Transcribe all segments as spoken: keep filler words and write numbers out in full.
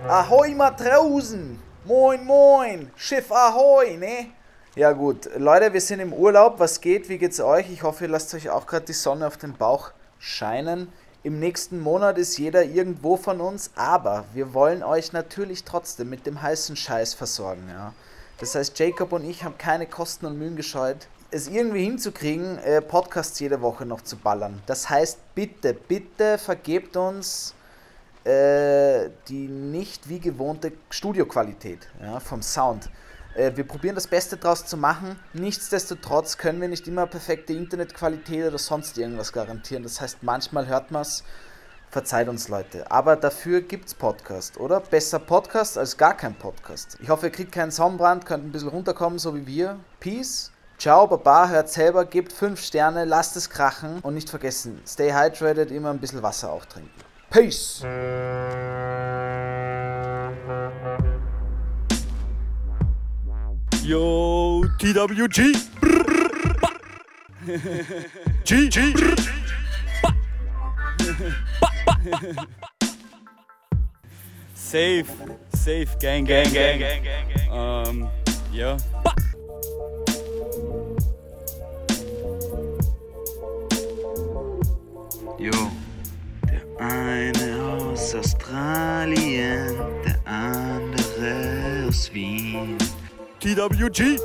Ahoi Matrosen! Moin moin! Schiff Ahoi, ne? Ja gut, Leute, wir sind im Urlaub. Was geht? Wie geht's euch? Ich hoffe, ihr lasst euch auch gerade die Sonne auf den Bauch scheinen. Im nächsten Monat ist jeder irgendwo von uns, aber wir wollen euch natürlich trotzdem mit dem heißen Scheiß versorgen, ja. Das heißt, Jacob und ich haben keine Kosten und Mühen gescheut, es irgendwie hinzukriegen, äh, Podcasts jede Woche noch zu ballern. Das heißt, bitte, bitte vergebt uns äh, die nicht wie gewohnte Studioqualität, ja, vom Sound. Äh, wir probieren das Beste draus zu machen. Nichtsdestotrotz können wir nicht immer perfekte Internetqualität oder sonst irgendwas garantieren. Das heißt, manchmal hört man es. Verzeiht uns, Leute. Aber dafür gibt's Podcast, oder? Besser Podcast als gar kein Podcast. Ich hoffe, ihr kriegt keinen Sonnenbrand, könnt ein bisschen runterkommen, so wie wir. Peace. Ciao, Baba, hört selber, gebt fünf Sterne, lasst es krachen und nicht vergessen, stay hydrated, immer ein bisschen Wasser auch trinken. Peace! Yo, T W G! G, G! Safe, safe, gang, gang, gang, gang, gang, gang. Um, yeah. Jo, der eine aus Australien, der andere aus Wien. T W G!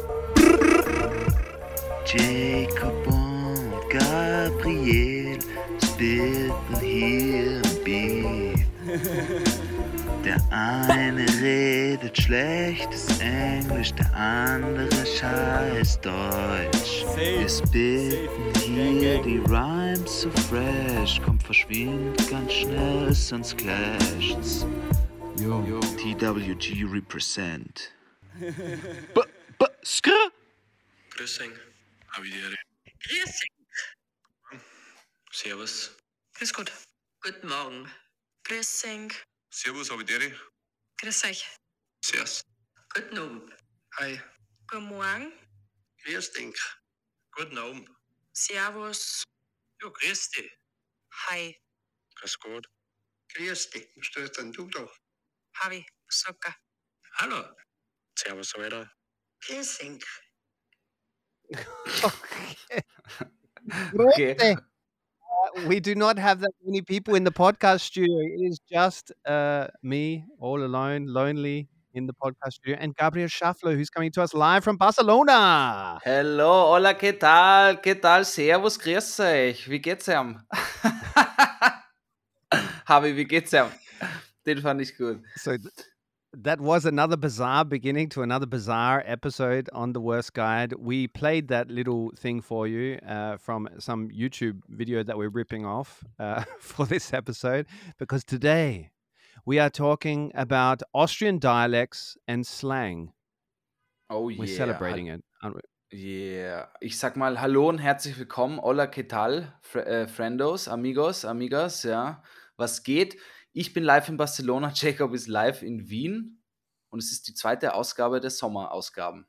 Jacob und Gabriel spitten hier im Beat. Der eine redet schlechtes Englisch, der andere scheiß Deutsch. Wir spitten hier die Rhymes so fresh, kommt verschwind ganz schnell, sonst clasht's. Yo, Yo. T W G represent. B, b, skr. Grüß euch. Avidere. Grüß euch. Servus. Grüß Gott. Guten Morgen. Grüß euch. Servus, Avidere. Grüß euch. Servus. Guten Abend. Hi. Guten Morgen. Grüß dich. Guten Abend. Servus. Ja, grüß dich. Hi. Grüß Gott. Grüß dich. Was stellst denn du da? Havi. Socker. Hallo. Servus, Alter. Grüß euch. Okay. Okay. Uh, we do not have that many people in the podcast studio. It is just uh, me, all alone, lonely in the podcast studio, and Gabriel Schaffler, who's coming to us live from Barcelona. Hello, hola, ¿qué tal? ¿Qué tal? Servus, grüß euch. Wie geht's ihm? Habi, wie geht's ihm? Den fand ich gut. So th- that was another bizarre beginning to another bizarre episode on The Worst Guide. We played that little thing for you uh, from some YouTube video that we're ripping off uh, for this episode, because today we are talking about Austrian dialects and slang. Oh yeah. We're celebrating it, aren't we? Yeah. Ich sag mal hallo und herzlich willkommen. Hola, ¿qué tal? Fr- äh, Friendos, amigos, amigas, ja. Was geht? Ich bin live in Barcelona, Jacob ist live in Wien und es ist die zweite Ausgabe der Sommerausgaben.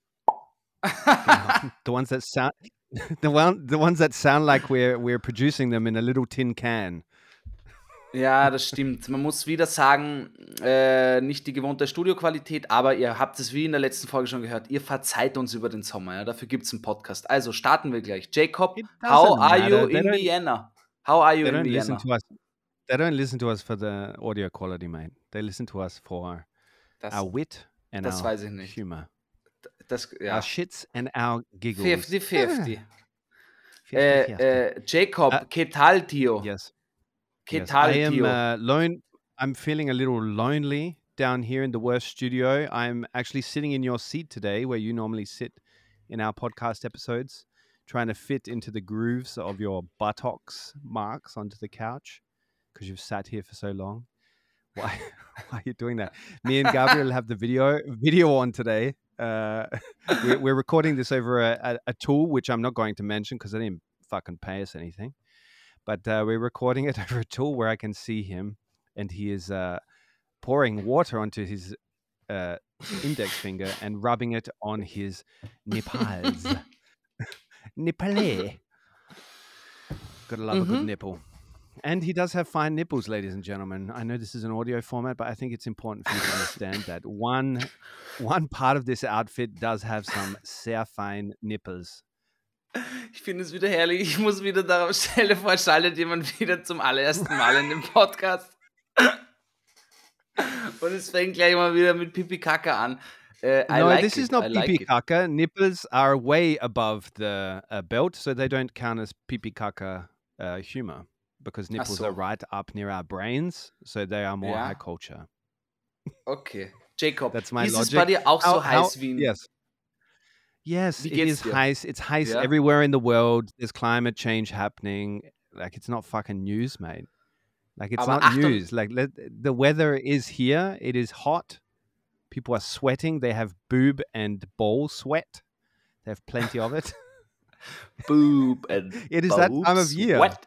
the ones that sound the one the ones that sound like we're we're producing them in a little tin can. Ja, das stimmt. Man muss wieder sagen, äh, nicht die gewohnte Studioqualität, aber ihr habt es wie in der letzten Folge schon gehört, ihr verzeiht uns über den Sommer, ja, dafür gibt es einen Podcast. Also starten wir gleich. Jacob, It how doesn't are matter. you They in don't- Vienna? How are you They in don't listen Vienna? to us. They don't listen to us for the audio quality, mate. They listen to us for Das, our wit and das our weiß ich nicht. humor, das, ja. our shits and our giggles. fifty fifty. fifty Äh, fifty. äh, Jacob, Ah. ¿qué tal, tío? Yes. ¿Qué Yes. tal, I am tío? uh, lone. I'm feeling a little lonely down here in the worst studio. I'm actually sitting in your seat today, where you normally sit in our podcast episodes, trying to fit into the grooves of your buttocks marks onto the couch because you've sat here for so long. Why? Why are you doing that? Me and Gabriel have the video video on today. Uh, we're, we're recording this over a, a, a tool which I'm not going to mention because they didn't fucking pay us anything. But uh, we're recording it over a tool where I can see him, and he is uh, pouring water onto his uh, index finger and rubbing it on his nipples. Nipples. Gotta love a good Mhm. nipple. And he does have fine nipples, ladies and gentlemen. I know this is an audio format, but I think it's important for you to understand that one one part of this outfit does have some sehr fine nipples. Ich finde es wieder herrlich. Ich muss wieder darauf stellen, vor, schaltet jemand wieder zum allerersten Mal in den Podcast. Und es fängt gleich mal wieder mit Pipi Kaka an. Uh, I no, like this it. is not I like pipi it. kaka. Nipples are way above the uh, belt, so they don't count as pipi kaka uh, humor because nipples so. are right up near our brains, so they are more Ja. high culture. Okay. Jacob, That's my ist logic. es bei dir auch How- so heiß how- wie in... Yes. Yes, Wie it geht's is dir? heiß. It's heiß Ja? everywhere in the world. There's climate change happening. Like, it's not fucking news, mate. Like, it's Aber not Achtung- news. Like, let, the weather is here. It is hot. People are sweating. They have boob and ball sweat. They have plenty of it. Boob and It is that time of boobs. year. What?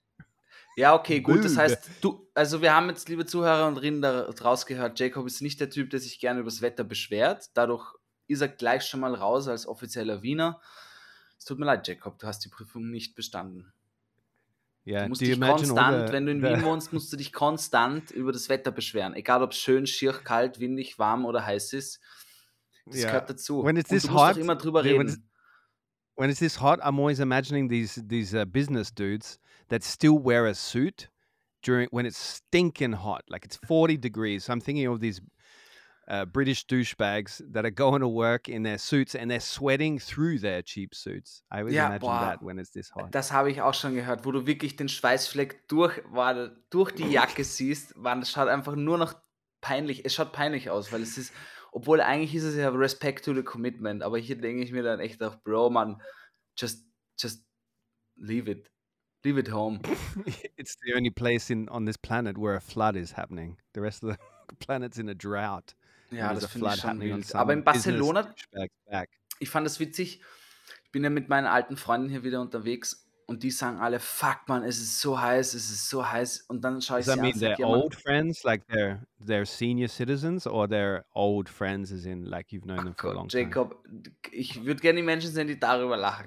Ja, okay, gut. Das Boob. heißt, du, also wir haben jetzt, liebe Zuhörer und Rinder, rausgehört, Jacob ist nicht der Typ, der sich gerne über das Wetter beschwert. Dadurch ist er gleich schon mal raus als offizieller Wiener. Es tut mir leid, Jacob, du hast die Prüfung nicht bestanden. Yeah. Du musst Do you dich imagine all konstant, the, wenn du in the, Wien wohnst, musst du dich konstant über das Wetter beschweren. Egal, ob es schön, schier, kalt, windig, warm oder heiß ist. Das Yeah. gehört dazu. When it's Und this du musst hot, doch immer drüber when it's- reden. when it's this hot, I'm always imagining these these uh, business dudes that still wear a suit during when it's stinking hot, like it's forty degrees. So I'm thinking of these uh, British douchebags that are going to work in their suits and they're sweating through their cheap suits. I always Ja, imagine boah. that when it's this hot. Das habe ich auch schon gehört, wo du wirklich den Schweißfleck durch, war, durch die Jacke siehst. War, das schaut einfach nur noch peinlich. Es schaut peinlich aus, weil es ist, obwohl eigentlich ist es ja Respect to the Commitment, aber hier denke ich mir dann echt auch, Bro, man, just, just leave it. Leave it home. It's the only place in on this planet where a flood is happening. The rest of the planet's in a drought. Ja, There's das a finde ich flood schon happening on wild. some Aber in business Barcelona, douchebag's back. ich fand das witzig, ich bin ja mit meinen alten Freunden hier wieder unterwegs und die sagen alle, fuck man, es ist so heiß, es ist so heiß. Und dann schaue ich Does sie that an mean und sage, they're ja, man, old friends, like they're they're senior citizens, or they're old friends, as in like you've known them for a long time? Jacob, ich würde gerne die Menschen sehen, die darüber lachen.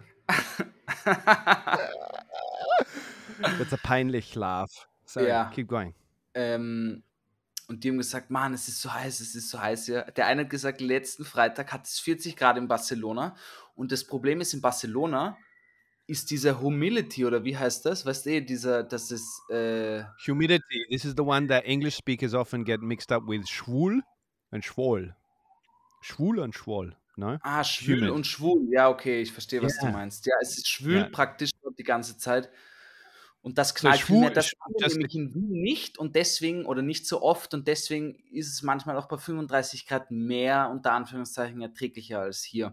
That's a peinlich laugh. So Ja. keep going. ähm, und die haben gesagt, Mann, es ist so heiß, es ist so heiß hier. Der eine hat gesagt, letzten Freitag hat es vierzig Grad in Barcelona und das Problem ist, in Barcelona ist dieser Humility, oder wie heißt das? Weißt du, dieser, das ist, äh, Humidity. This is the one that English speakers often get mixed up with schwul and schwoll. Schwul and schwoll, no? ah, schwül Humid. und schwul. Ja, okay, ich verstehe, was Ja. du meinst. Ja, es ist schwül Ja. praktisch die ganze Zeit. Und das knallt viel schwul mehr. Das ist haben wir just- nämlich in Wien nicht und deswegen, oder nicht so oft und deswegen ist es manchmal auch bei fünfunddreißig Grad mehr, unter Anführungszeichen, erträglicher als hier.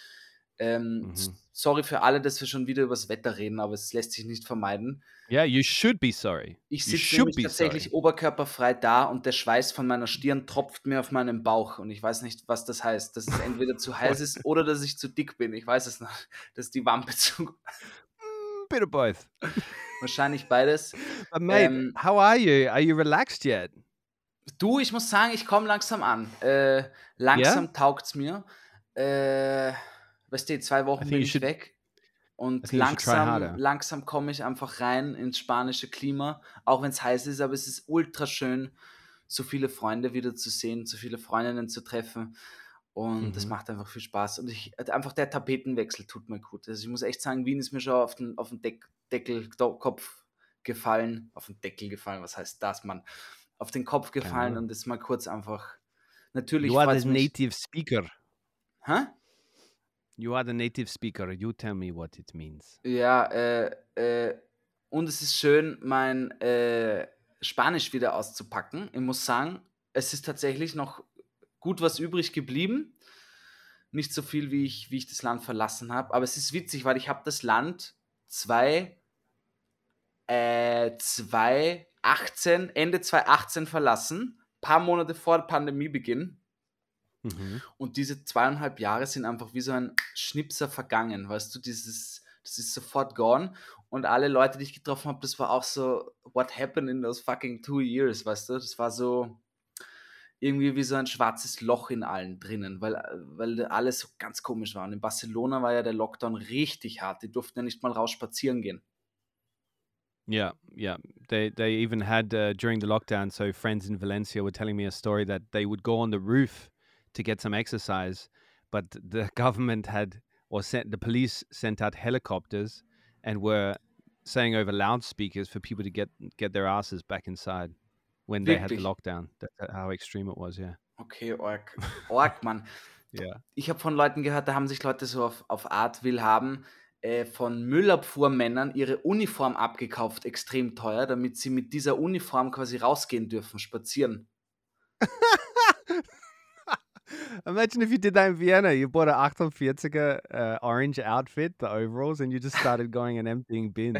Ähm, Mhm. s- Sorry für alle, dass wir schon wieder über das Wetter reden, aber es lässt sich nicht vermeiden. Yeah, you should be sorry. Ich You sitze should nämlich be tatsächlich sorry. oberkörperfrei da und der Schweiß von meiner Stirn tropft mir auf meinen Bauch und ich weiß nicht, was das heißt. Dass es entweder zu heiß ist oder dass ich zu dick bin. Ich weiß es noch. Dass die Wampe zu... Bit of both. Wahrscheinlich beides. But mate, Ähm, how are you? Are you relaxed yet? Du, ich muss sagen, ich komme langsam an. Äh, langsam taugt's mir. Äh, weißt du, zwei Wochen think bin you ich should- weg. I Und think you should try harder. langsam, langsam komme ich einfach rein ins spanische Klima, auch wenn es heiß ist, aber es ist ultra schön, so viele Freunde wieder zu sehen, so viele Freundinnen zu treffen. Und es Mhm. macht einfach viel Spaß. Und ich, einfach der Tapetenwechsel tut mir gut. Also ich muss echt sagen, Wien ist mir schon auf den, auf den Deck, Deckel, Do- Kopf gefallen. Auf den Deckel gefallen, was heißt das, Mann? Auf den Kopf gefallen Genau. und das mal kurz einfach. Natürlich You are freut's the mich. native speaker. Hä? You are the native speaker. You tell me what it means. Ja, äh, äh, und es ist schön, mein äh, Spanisch wieder auszupacken. Ich muss sagen, es ist tatsächlich noch gut was übrig geblieben. Nicht so viel, wie ich, wie ich das Land verlassen habe. Aber es ist witzig, weil ich habe das Land zwei, äh, zwei achtzehn, Ende zwanzig achtzehn verlassen. Paar Monate vor Pandemiebeginn. Mhm. Und diese zweieinhalb Jahre sind einfach wie so ein Schnipser vergangen, weißt du, dieses, das ist sofort gone. Und alle Leute, die ich getroffen habe, das war auch so, what happened in those fucking two years, weißt du? Das war so irgendwie wie so ein schwarzes Loch in allen drinnen, weil, weil alles so ganz komisch war. Und in Barcelona war ja der Lockdown richtig hart, die durften ja nicht mal raus spazieren gehen. Yeah, yeah. They they even had uh, during the lockdown. So friends in Valencia were telling me a story that they would go on the roof to get some exercise, but the government had or sent the police sent out helicopters and were saying over loudspeakers for people to get get their asses back inside when they had the Wirklich? lockdown. That's how extreme it was. Yeah, Okay, arg. Arg, Mann. yeah. Ich habe von Leuten gehört, da haben sich Leute so auf, auf Art Willhaben äh, von Müllabfuhrmännern ihre Uniform abgekauft, extrem teuer, damit sie mit dieser Uniform quasi rausgehen dürfen, spazieren. Imagine if you did that in Vienna. You bought an achtundvierziger uh, orange outfit, the overalls, and you just started going and emptying bins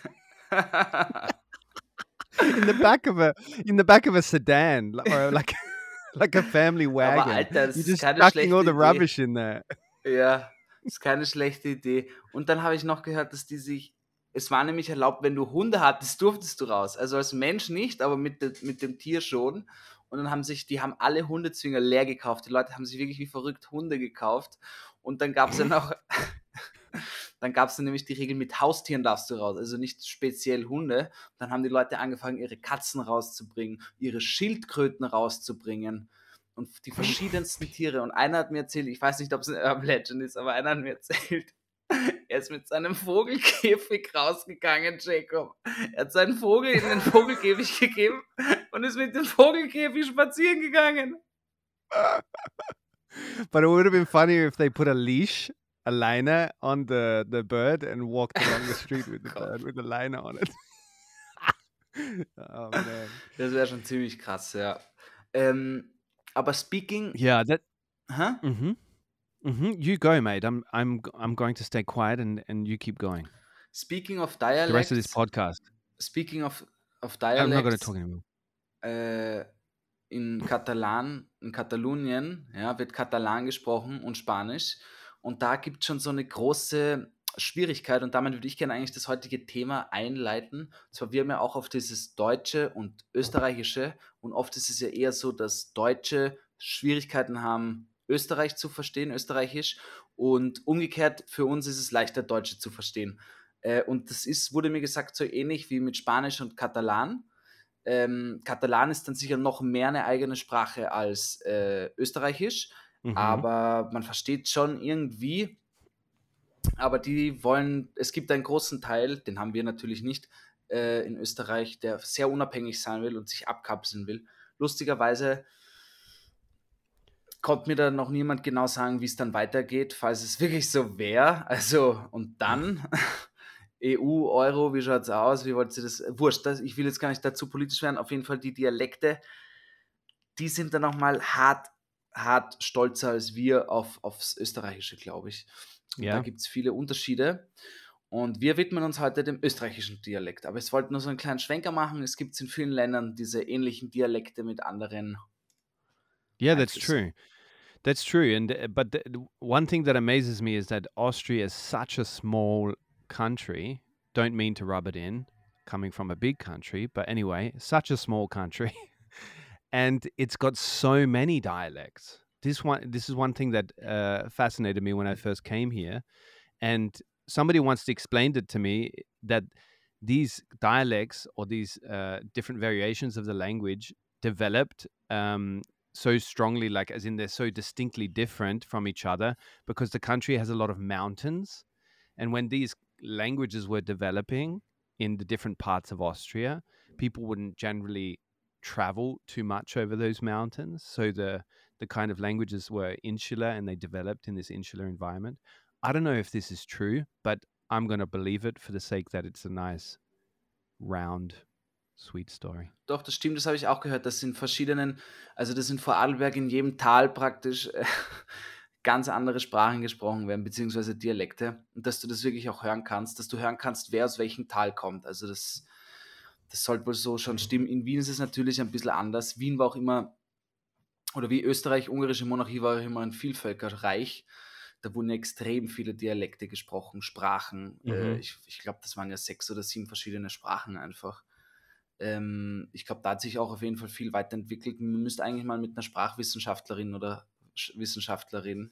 in the back of a in the back of a sedan li- or like like a family wagon. Aber Alter, das You're ist just keine chucking all schlechte the Idee. rubbish in there. Ja, ist keine schlechte Idee. Und dann habe ich noch gehört, dass die sich, es war nämlich erlaubt, wenn du Hunde hattest, durftest du raus. Also als Mensch nicht, aber mit, de, mit dem Tier schon. Und dann haben sich, die haben alle Hundezwinger leer gekauft. Die Leute haben sich wirklich wie verrückt Hunde gekauft. Und dann gab es ja noch, dann gab es dann nämlich die Regel, mit Haustieren darfst du raus, also nicht speziell Hunde. Dann haben die Leute angefangen, ihre Katzen rauszubringen, ihre Schildkröten rauszubringen und die verschiedensten Tiere. Und einer hat mir erzählt, ich weiß nicht, ob es ein Urban Legend ist, aber einer hat mir erzählt, er ist mit seinem Vogelkäfig rausgegangen, Jacob. Er hat seinen Vogel in den Vogelkäfig gegeben und ist mit dem Vogelkäfig spazieren gegangen. But it would have been funnier if they put a leash, a liner on the, the bird and walked along the street with the bird with a liner on it. Oh man. Das wäre schon ziemlich krass, ja. Ähm, aber speaking... Yeah, that. Huh? Mm-hmm. Mm-hmm. You go, mate. I'm I'm I'm going to stay quiet and, and you keep going. Speaking of The rest dialects... of this podcast. Speaking of, of I'm not going to dialects... talk anymore. Äh, in Katalan, in Katalonien, ja, wird Katalan gesprochen und Spanisch. Und da gibt es schon so eine große Schwierigkeit. Und damit würde ich gerne eigentlich das heutige Thema einleiten. Und zwar, wir haben ja auch auf dieses Deutsche und Österreichische. Und oft ist es ja eher so, dass Deutsche Schwierigkeiten haben, Österreich zu verstehen, Österreichisch. Und umgekehrt, für uns ist es leichter, Deutsche zu verstehen. Äh, und das ist, wurde mir gesagt, so ähnlich wie mit Spanisch und Katalan. Ähm, Katalan ist dann sicher noch mehr eine eigene Sprache als äh, Österreichisch, Mhm. aber man versteht schon irgendwie, aber die wollen, es gibt einen großen Teil, den haben wir natürlich nicht äh, in Österreich, der sehr unabhängig sein will und sich abkapseln will. Lustigerweise konnte mir da noch niemand genau sagen, wie es dann weitergeht, falls es wirklich so wäre. Also, und dann E U, Euro, wie schaut es aus? Wie wollt ihr das? Wurscht, das, ich will jetzt gar nicht dazu politisch werden. Auf jeden Fall die Dialekte, die sind dann nochmal hart, hart stolzer als wir auf, aufs Österreichische, glaube ich. Und Ja. da gibt es viele Unterschiede. Und wir widmen uns heute dem österreichischen Dialekt. Aber ich wollte nur so einen kleinen Schwenker machen. Es gibt in vielen Ländern diese ähnlichen Dialekte mit anderen. Yeah, that's Axis. true. That's true. And uh, but the, the one thing that amazes me is that Austria is such a small country. Don't mean to rub it in, coming from a big country, but anyway, such a small country, and it's got so many dialects. This one, this is one thing that uh, fascinated me when I first came here, and somebody once explained it to me that these dialects or these uh, different variations of the language developed um, so strongly, like as in they're so distinctly different from each other because the country has a lot of mountains. And when these languages were developing in the different parts of Austria, people wouldn't generally travel too much over those mountains. So the the kind of languages were insular and they developed in this insular environment. I don't know if this is true, but I'm going to believe it for the sake that it's a nice, round, sweet story. Doch, das stimmt, das habe ich auch gehört, dass in verschiedenen, also dass in Vorarlberg in jedem Tal praktisch äh, ganz andere Sprachen gesprochen werden, beziehungsweise Dialekte. Und dass du das wirklich auch hören kannst, dass du hören kannst, wer aus welchem Tal kommt. Also das, das sollte wohl so schon stimmen. In Wien ist es natürlich ein bisschen anders. Wien war auch immer, oder wie Österreich, ungarische Monarchie war auch immer ein Vielvölkerreich. Da wurden extrem viele Dialekte gesprochen, Sprachen. Mhm. Äh, ich ich glaube, das waren ja sechs oder sieben verschiedene Sprachen einfach. Ähm, ich glaube, da hat sich auch auf jeden Fall viel weiterentwickelt. Man müsste eigentlich mal mit einer Sprachwissenschaftlerin oder Sch- Wissenschaftlerin.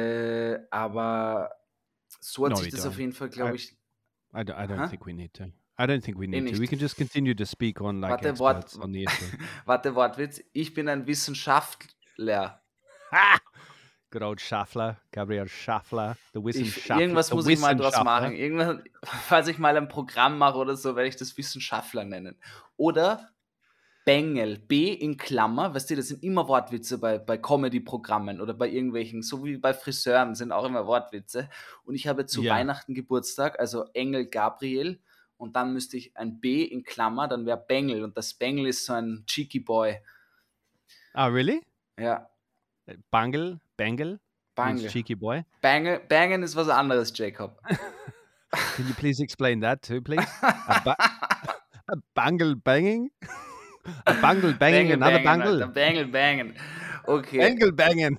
Äh, aber so hat No, sich we das don't. auf jeden Fall, glaube I- ich. I, d- I don't Aha. think we need to. I don't think we need to. nicht. We can just continue to speak on like Warte, Wort, experts on the issue. warte, Wortwitz. Ich bin ein Wissenschaftler. Ha! Good old Schaffler, Gabriel Schaffler, the Ich, Wissenschaftler. irgendwas the muss ich mal draus Wissenschaftler. machen. Irgendwas, falls ich mal ein Programm mache oder so, werde ich das Wissenschaftler nennen. Oder Bengel, B in Klammer, weißt du, das sind immer Wortwitze bei, bei Comedy-Programmen oder bei irgendwelchen, so wie bei Friseuren sind auch immer Wortwitze. Und ich habe zu Ja. Weihnachten Geburtstag, also Engel Gabriel, und dann müsste ich ein B in Klammer, dann wäre Bengel, und das Bengel ist so ein cheeky Boy. Oh, really? Ja, Bangle, Bangle, means Bangel. cheeky boy. Bangel, Bangen ist was anderes, Jacob. Can you please explain that too, please? A, ba- a bangle banging? A bangle banging, another bangen, Alter, bangle? Bangel bangen. Okay. Bangle banging.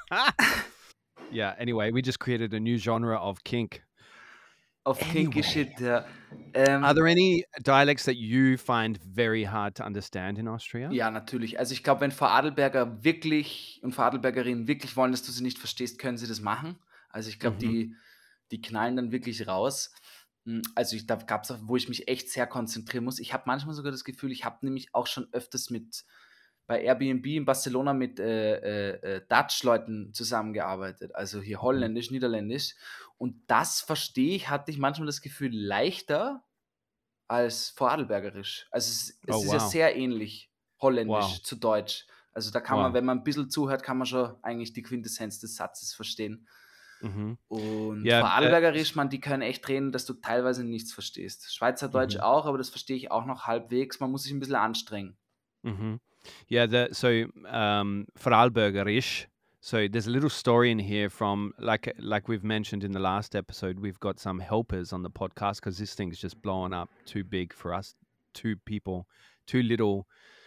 Yeah, anyway, we just created a new genre of kink. Auf kinky Anyway. shit, ja. Ähm, Are there any dialects that you find very hard to understand in Austria? Ja, natürlich. Also ich glaube, wenn Vorarlberger wirklich und Vorarlbergerinnen wirklich wollen, dass du sie nicht verstehst, können sie das machen. Also ich glaube, Mhm. die, die knallen dann wirklich raus. Mm, Also ich, da gab es auch, wo ich mich echt sehr konzentrieren muss. Ich habe manchmal sogar das Gefühl, ich habe nämlich auch schon öfters mit bei Airbnb in Barcelona mit äh, äh, äh, Dutch-Leuten zusammengearbeitet. Also hier Holländisch, Niederländisch. Und das verstehe ich, hatte ich manchmal das Gefühl, leichter als Vorarlbergerisch. Also es, es Oh, ist ja wow. sehr ähnlich, Holländisch Wow. zu Deutsch. Also da kann man, Wow. wenn man ein bisschen zuhört, kann man schon eigentlich die Quintessenz des Satzes verstehen. Mhm. Und Ja, äh, Vorarlbergerisch, man, die können echt reden, dass du teilweise nichts verstehst. Schweizerdeutsch Mhm. auch, aber das verstehe ich auch noch halbwegs. Man muss sich ein bisschen anstrengen. hmm Yeah, the, so um, Vorarlbergerisch. So there's a little story in here from like like we've mentioned in the last episode. We've got some helpers on the podcast because this thing's just blowing up too big for us, two people, two little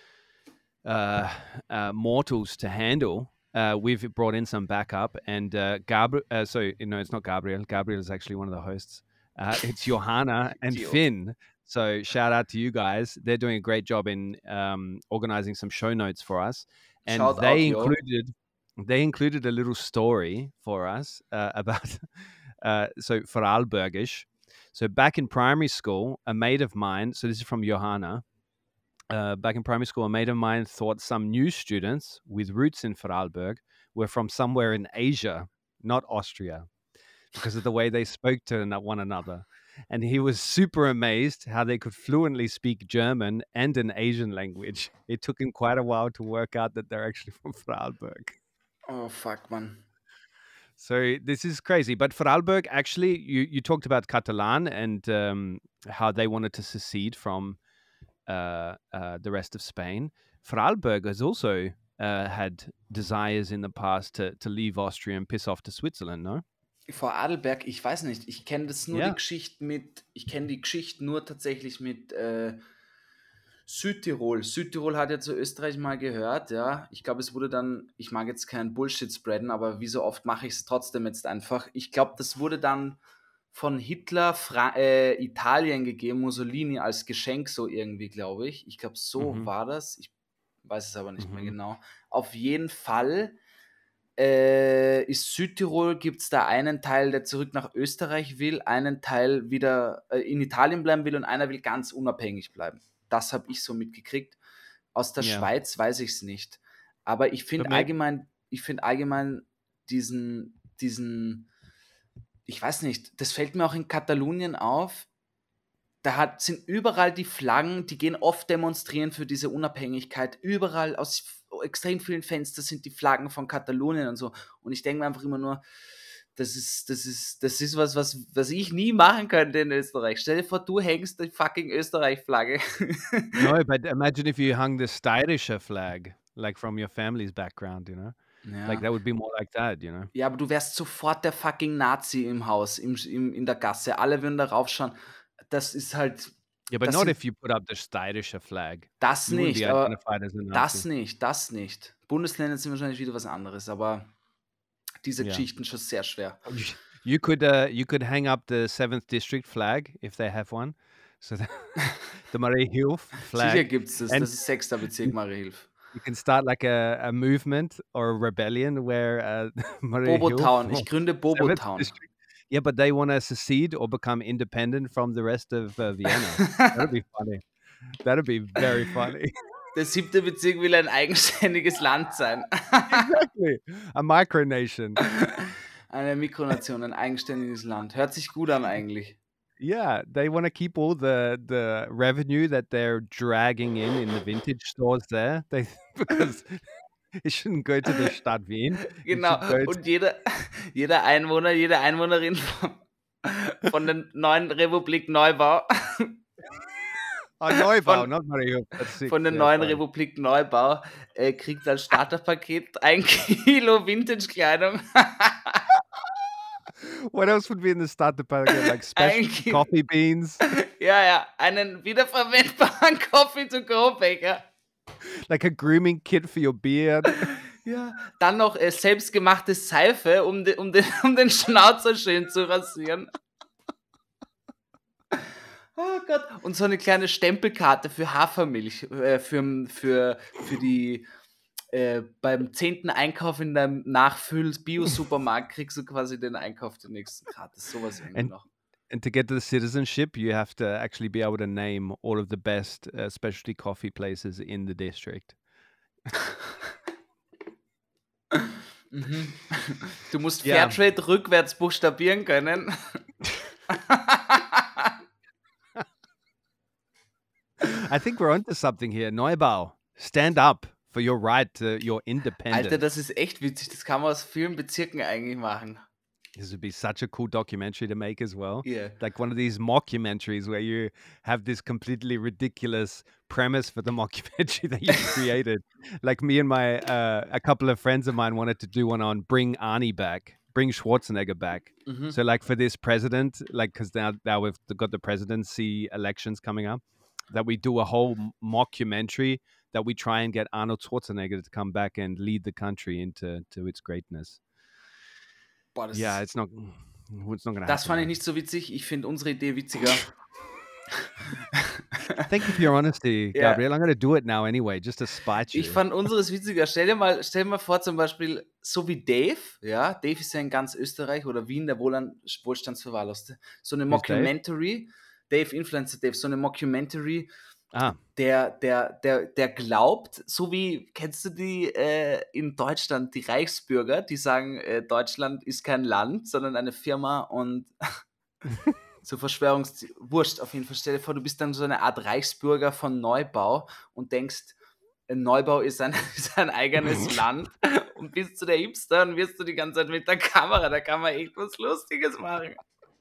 uh, uh, mortals to handle. Uh, we've brought in some backup, and uh, Gabriel. Uh, so you know, it's not Gabriel. Gabriel is actually one of the hosts. Uh, it's Johanna and Idiot. Finn. So shout out to you guys. They're doing a great job in um, organizing some show notes for us, and Shout they out, yo. included they included a little story for us uh, about uh, so Vorarlbergisch. So back in primary school, a mate of mine. So this is from Johanna. Uh, back in primary school, a mate of mine thought some new students with roots in Vorarlberg were from somewhere in Asia, not Austria, because of the way they spoke to one another. And he was super amazed how they could fluently speak German and an Asian language. It took him quite a while to work out that they're actually from Vorarlberg. Oh, fuck, man. So this is crazy. But Vorarlberg, actually, you, you talked about Catalan and um, how they wanted to secede from uh, uh, the rest of Spain. Vorarlberg has also uh, had desires in the past to, to leave Austria and piss off to Switzerland, no? Vorarlberg, ich weiß nicht, ich kenne das nur Ja. die Geschichte mit, ich kenne die Geschichte nur tatsächlich mit äh, Südtirol. Südtirol hat ja zu Österreich mal gehört, ja. Ich glaube, es wurde dann, ich mag jetzt keinen Bullshit spreaden, aber wie so oft mache ich es trotzdem jetzt einfach. Ich glaube, das wurde dann von Hitler Fra äh, Italien gegeben, Mussolini als Geschenk so irgendwie, glaube ich. Ich glaube, so Mhm. war das. Ich weiß es aber nicht mehr Mhm. genau. Auf jeden Fall äh, ist Südtirol, gibt es da einen Teil, der zurück nach Österreich will, einen Teil wieder äh, in Italien bleiben will und einer will ganz unabhängig bleiben. Das habe ich so mitgekriegt. Aus der Ja. Schweiz weiß ich es nicht. Aber ich finde But may- allgemein, ich finde allgemein diesen, diesen, ich weiß nicht, das fällt mir auch in Katalonien auf. Da hat, sind überall die Flaggen, die gehen oft demonstrieren für diese Unabhängigkeit. Überall aus f- extrem vielen Fenstern sind die Flaggen von Katalonien und so. Und ich denke mir einfach immer nur, das ist, das ist, das ist was, was, was ich nie machen könnte in Österreich. Stell dir vor, du hängst die fucking Österreich-Flagge. No, but imagine if you hung the Steirische flag, like from your family's background, you know? Ja. Like that would be more like that, you know? Ja, aber du wärst sofort der fucking Nazi im Haus, im, im, in der Gasse. Alle würden da raufschauen. Das ist halt, Yeah, but Das not sind- if you put up the Steirische flag. das You wouldn't nicht, be aber identified as a Nazi. das nicht, das nicht. Bundesländer sind wahrscheinlich wieder was anderes, aber diese Ja. Geschichten schon sehr schwer. You could uh, you could hang up the seventh district flag if they have one. So the, the Marie Hilf Sicher flag. gibt es das, And- das ist sechster Bezirk, Mariehilf. You can start like a, a movement or a rebellion where uh, Marie Bobotown, Hilf ich gründe seventh Bobotown. district- Yeah, but they want to secede or become independent from the rest of uh, Vienna. That'd be funny. That'd be very funny. Der siebte Bezirk will ein eigenständiges Land sein. Exactly. A micronation. Eine Mikronation, ein eigenständiges Land. Hört sich gut an eigentlich. Yeah, they want to keep all the the revenue that they're dragging in in the vintage stores there. They because it shouldn't go to the Stadt Wien. It Genau. should go to- Und jeder, jeder Einwohner, jede Einwohnerin von, von der neuen Republik Neubau, Oh, Neubau, von- not Mario. That's sick. von der Yeah, neuen sorry. Republik Neubau, äh, kriegt als Starterpaket ein Kilo Vintage-Kleidung. What else would be in the starter packet? Like special Ein- coffee beans, Ja, ja, einen wiederverwendbaren Coffee-to-go-Becher. like a grooming kit for your beard. Ja, dann noch äh, selbstgemachte Seife, um, de, um, den, um den Schnauzer schön zu rasieren. Oh Gott. Und so eine kleine Stempelkarte für Hafermilch, äh, für, für, für die, äh, beim zehnten Einkauf in deinem Nachfüll-Bio-Supermarkt kriegst du quasi den Einkauf der nächsten Karte. Sowas irgendwie And- noch. And to get the citizenship, you have to actually be able to name all of the best uh, specialty coffee places in the district. Mhm. Du musst Ja. Fairtrade rückwärts buchstabieren können. I think we're onto something here. Neubau, stand up for your right to your independence. Alter, das ist echt witzig. Das kann man aus vielen Bezirken eigentlich machen. This would be such a cool documentary to make as well. Yeah. Like one of these mockumentaries where you have this completely ridiculous premise for the mockumentary that you created. Like me and my uh, a couple of friends of mine wanted to do one on Bring Arnie Back, Bring Schwarzenegger back. Mhm. So like for this president, like because now now we've got the presidency elections coming up, that we do a whole m- mockumentary that we try and get Arnold Schwarzenegger to come back and lead the country into to its greatness. Boah, das, Yeah, it's not it's not gonna das happen. fand ich man. nicht so witzig. Ich finde unsere Idee witziger. Thank you for your honesty, Yeah. Gabriel. I'm gonna do it now anyway, just to spite you. Ich fand unseres witziger. Stell dir mal, stell dir mal vor, zum Beispiel, so wie Dave, ja, Dave ist ja in ganz Österreich oder Wien der Wohlan- Wohlstandsverwahrloste, so eine Who's Dave? Mockumentary, Dave, Influencer Dave, so eine Mockumentary, ah, der, der, der, der glaubt, so wie, kennst du die äh, in Deutschland, die Reichsbürger, die sagen, äh, Deutschland ist kein Land, sondern eine Firma und so Verschwörungs... Wurscht, auf jeden Fall. Stell dir vor, du bist dann so eine Art Reichsbürger von Neubau und denkst, äh, Neubau ist ein, ist ein eigenes Land und bist du der Hipster und wirst du die ganze Zeit mit der Kamera, da kann man echt was Lustiges machen.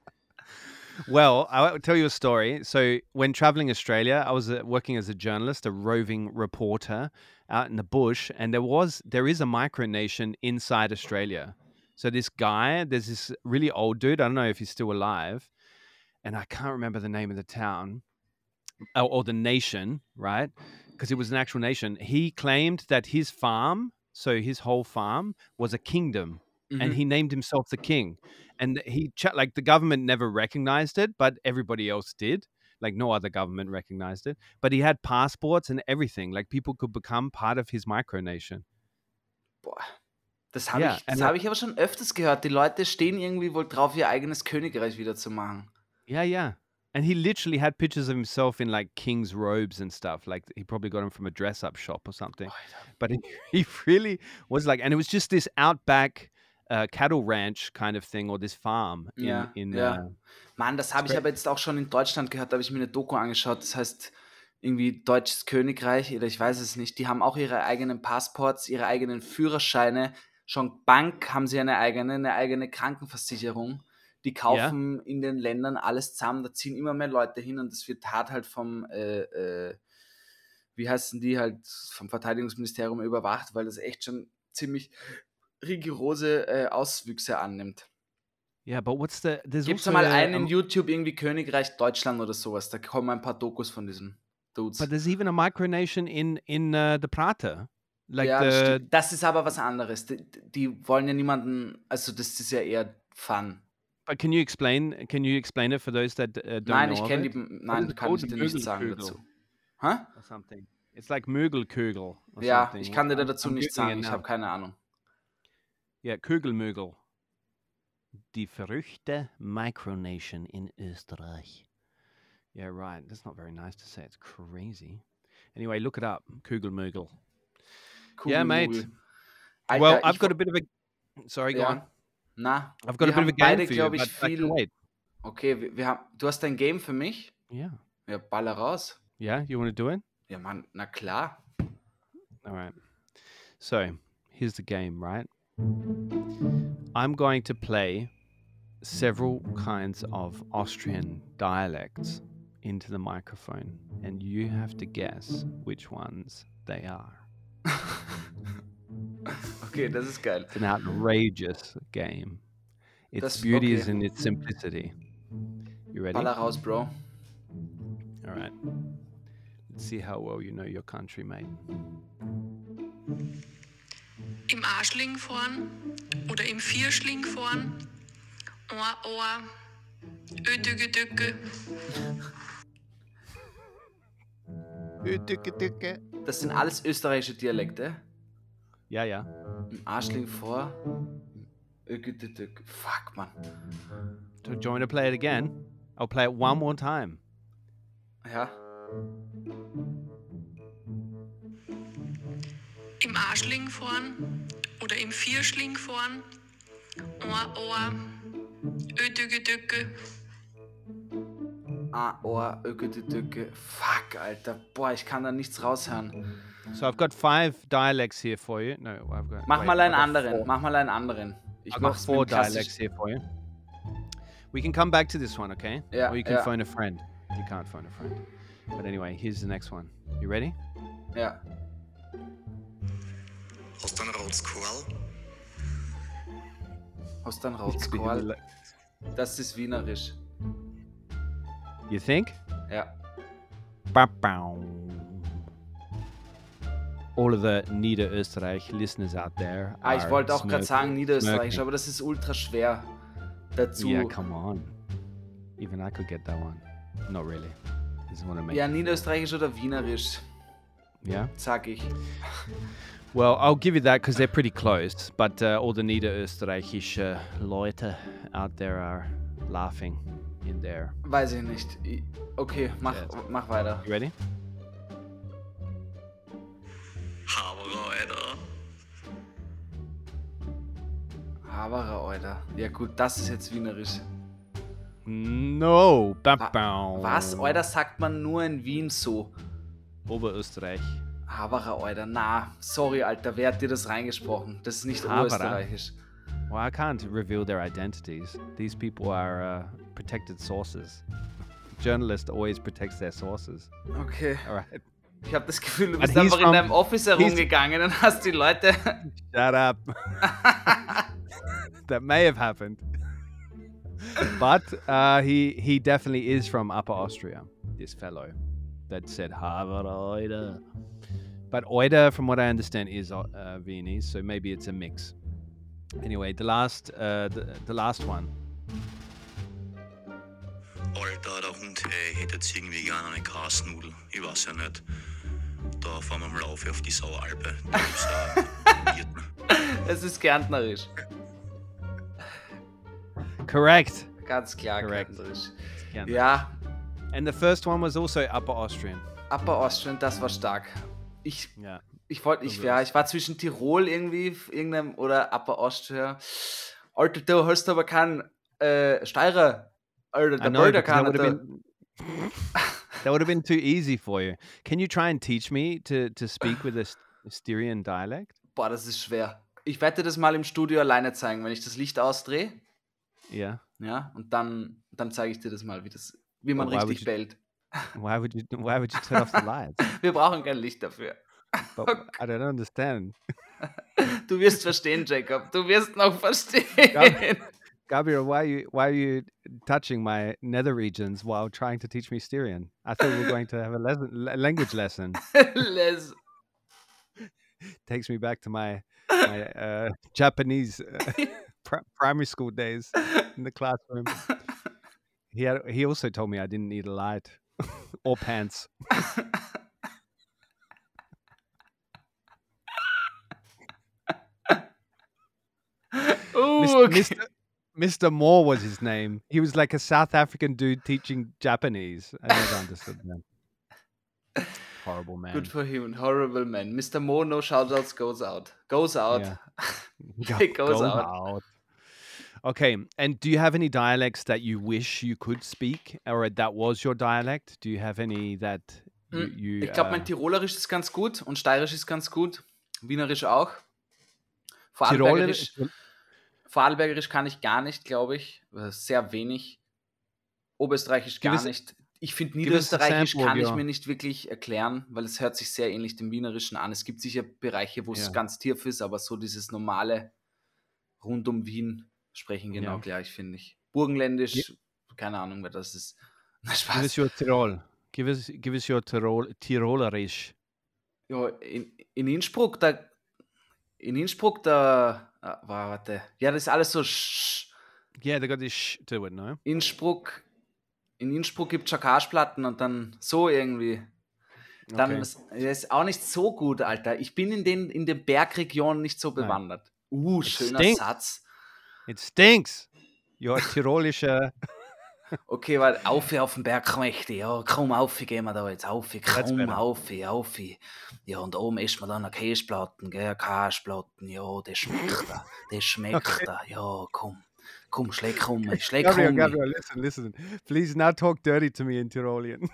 well, I'll tell you a story. So, when traveling Australia, I was uh, working as a journalist, a roving reporter out in the bush, and there was there is a micronation inside Australia. So this guy, there's this really old dude. I don't know if he's still alive, and I can't remember the name of the town or, or the nation, right? Because it was an actual nation. He claimed that his farm, so his whole farm, was a kingdom. And Mhm. he named himself the king. And he ch- like the government never recognized it, but everybody else did. Like no other government recognized it. But he had passports and everything. Like people could become part of his micronation. Boah, das habe Ja, ich, das and hab ich aber schon öfters gehört. Die Leute stehen irgendwie wohl drauf, ihr eigenes Königreich wieder zu machen. Yeah, yeah. And he literally had pictures of himself in like king's robes and stuff. Like he probably got them from a dress-up shop or something. But he, he really was like, and it was just this outback uh, cattle ranch kind of thing, or this farm in, Ja, in ja. uh, Mann, das habe ich Stra- aber jetzt auch schon in Deutschland gehört, da habe ich mir eine Doku angeschaut, das heißt irgendwie Deutsches Königreich oder ich weiß es nicht, die haben auch ihre eigenen Passports, ihre eigenen Führerscheine, schon Bank haben sie eine eigene, eine eigene Krankenversicherung, die kaufen in den Ländern alles zusammen, da ziehen immer mehr Leute hin und das wird hart halt vom, äh, äh, wie heißen die, halt vom Verteidigungsministerium überwacht, weil das echt schon ziemlich rigorose äh, Auswüchse annimmt. yeah. But what's the there's Gibt's also mal a- einen in a- YouTube, irgendwie Königreich Deutschland oder sowas. Da kommen ein paar Dokus von diesen Dudes. But there's even a micronation in in uh, the Prater, like ja, das, the stimmt. Das ist aber was anderes. Die, die wollen ja niemanden, also das ist ja eher Fun. But can you explain? Can you explain it for those that uh, don't Nein, know ich of kenne it? die, What is nein, it kann called? ich dir nichts sagen Mögelkügel dazu. Hä? or something. It's like Mögelkügel or Ja, something. ich kann dir I'm- dazu I'm nichts Googling sagen. it Ich now. habe keine Ahnung. Yeah, Kugelmögel. Die verrückte Micronation in Österreich. Yeah, right. That's not very nice to say. It's crazy. Anyway, look it up. Kugelmögel. Yeah, mate. Kugelmogel. Alter, Well, I've ich got a wo- bit of a... Sorry, go ja. on. Na, I've got wir a bit of a haben game beide, for you, glaube ich, but I can viel... wait. Okay, wir, wir haben... Du hast ein Game für mich? Yeah. Ja, baller raus. Yeah, you want to do it? Ja, Mann, na klar. All right. So, here's the game, right? I'm going to play several kinds of Austrian dialects into the microphone, and you have to guess which ones they are. Okay, das ist geil. It's an outrageous game. Its Das- beauty is okay. in its simplicity. You ready? Baller raus, Bro. All right. Let's see how well you know your country, mate. Im Arschling fahren oder im Vierschling fahren. Ohr, Ohr, Ödücke, Dücke. Das sind alles österreichische Dialekte. Ja, ja. Im Arschling vor. Ögütütück. Fuck, Mann. Do you want me to play it again? I'll play it one more time. Ja. Im Arschling fahren oder im Vierschling fahren. Ohr, Ohr, Ödücke, Dücke. Ah, Ohr, Ögütütücke. Fuck, Alter. Boah, ich kann da nichts raushören. So I've got five dialects here for you. No, I've got. Mach wait, mal einen I've got anderen. four. Mach mal einen anderen. Ich I've got mach's four mit klassisch- dialects here for you. We can come back to this one, okay? Yeah, Or you can yeah. phone a friend. You can't phone a friend. But anyway, here's the next one. You ready? Ja. Hast du einen Rotzkohl? Hast du einen Rotzkohl? Das ist wienerisch. You think? Ja. Ba-bow. All of the Niederösterreich listeners out there. Ah, ich are wollte auch gerade smirking- sagen Niederösterreichisch, smirking. aber das ist ultra schwer dazu. Yeah, come on. Even I could get that one. Not really. Just want to make. Ja, Niederösterreichisch oder Wienerisch, Yeah. sag ich. Well, I'll give you that because they're pretty close. But uh, all the niederösterreichische Leute out there are laughing in there. Weiß ich nicht. Ich- Okay, mach, Yes. mach weiter. You ready? Haberer, Alter. Haberer, Alter. Ja gut, das ist jetzt Wienerisch. No. Ba-bow. Was, Alter, sagt man nur in Wien so? Oberösterreich. Haberer, Alter. Na, sorry, Alter, wer hat dir das reingesprochen? Das ist nicht Haberer. Oberösterreichisch. Well, I can't reveal their identities. These people are uh, protected sources. Journalist always protects their sources. Okay. All right. Ich habe das Gefühl, du But bist he's einfach in from- deinem Office herumgegangen und hast die Leute... Shut up. That may have happened. But uh, he he definitely is from Upper Austria, this fellow that said Harvard Oida. But Oida, from what I understand, is uh, uh, Viennese, so maybe it's a mix. Anyway, the last uh, the, the last one. Alter, der Hund hey, hätte jetzt irgendwie gerne eine Kasnudel. Ich weiß ja nicht. Da fahren wir mal auf auf die Saualpe. Da gibt's da Wirten. Es ist Kärntnerisch. Correct. Ganz klar, Correct. Kärntnerisch. Yeah. Ja, And the first one was also Upper Austrian. Upper Austrian, das war stark. Ich, Yeah. ich wollte, ich, ja, ich war zwischen Tirol irgendwie, irgendeinem, oder Upper Austria. Alter, du hast aber keinen äh, Steirer. Alter, I der know, Boulder because that kann would have Alter. been that would have been too easy for you. Can you try and teach me to to speak with a S- Styrian dialect? Boah, das ist schwer. Ich werde dir das mal im Studio alleine zeigen, wenn ich das Licht ausdrehe. Yeah. Ja, und dann, dann zeige ich dir das mal, wie, das, wie man Why would richtig you- bellt. Why would you Why would you turn off the lights? Wir brauchen kein Licht dafür. But I don't understand. Du wirst verstehen, Jacob. Du wirst noch verstehen. Gabriel, why are you why are you touching my nether regions while trying to teach me Styrian? I thought we were going to have a lesson, la- language lesson. Les. Takes me back to my my uh, Japanese uh, pri- primary school days in the classroom. He had, he also told me I didn't need a light or pants. Uh, Mister okay. Mister Mister Moore was his name. He was like a South African dude teaching Japanese. I never understood that. Horrible man. Good for him. Horrible man. Mister Mo, no shoutouts, goes out. Goes out. Yeah. It goes Go out. out. Okay, and do you have any dialects that you wish you could speak, or that was your dialect? Do you have any that you... Hm, you Ich glaube, uh, mein Tirolerisch ist ganz gut und Steirisch ist ganz gut. Wienerisch auch. Vorarlbergerisch, Tirolerisch? Vorarlbergerisch kann ich gar nicht, glaube ich. Äh, Sehr wenig. Oberösterreichisch gar Gewiss- nicht. Ich finde, give us a Niederösterreichisch sample of kann ich your- mir nicht wirklich erklären, weil es hört sich sehr ähnlich dem Wienerischen an. Es gibt sicher Bereiche, wo es Ja. ganz tief ist, aber so dieses normale rund um Wien sprechen genau Ja. gleich, finde ich. Burgenländisch, keine Ahnung, wer das ist. Na, Give Spaß. us your Tirol. Give us, give us your Tirol, Tirolerisch. Ja, in, in Innsbruck, da. In Innsbruck, da. Ah, warte. Ja, das ist alles so. Sch, Yeah, they got this sh to it, no? Innsbruck. In Innsbruck gibt es Chakaschplatten und dann so irgendwie. Dann Okay. das, das ist auch nicht so gut, Alter. Ich bin in den, in den Bergregionen nicht so Nein. bewandert. Uh, It schöner stinks. Satz. It stinks. Your tirolische... Okay, weil auf auf den Berg möchte. Ja, komm auf, gehen wir da jetzt auf. That's Komm better. auf, auf. Ja, und oben isst man dann eine Käseplatten, gell, Käseplatten. Ja, das schmeckt da. Das schmeckt Okay. da. Ja, komm. Komm, schläg um mich, schläg Gabriel, um mich. Gabriel, listen, listen. Please not talk dirty to me in Tirolian.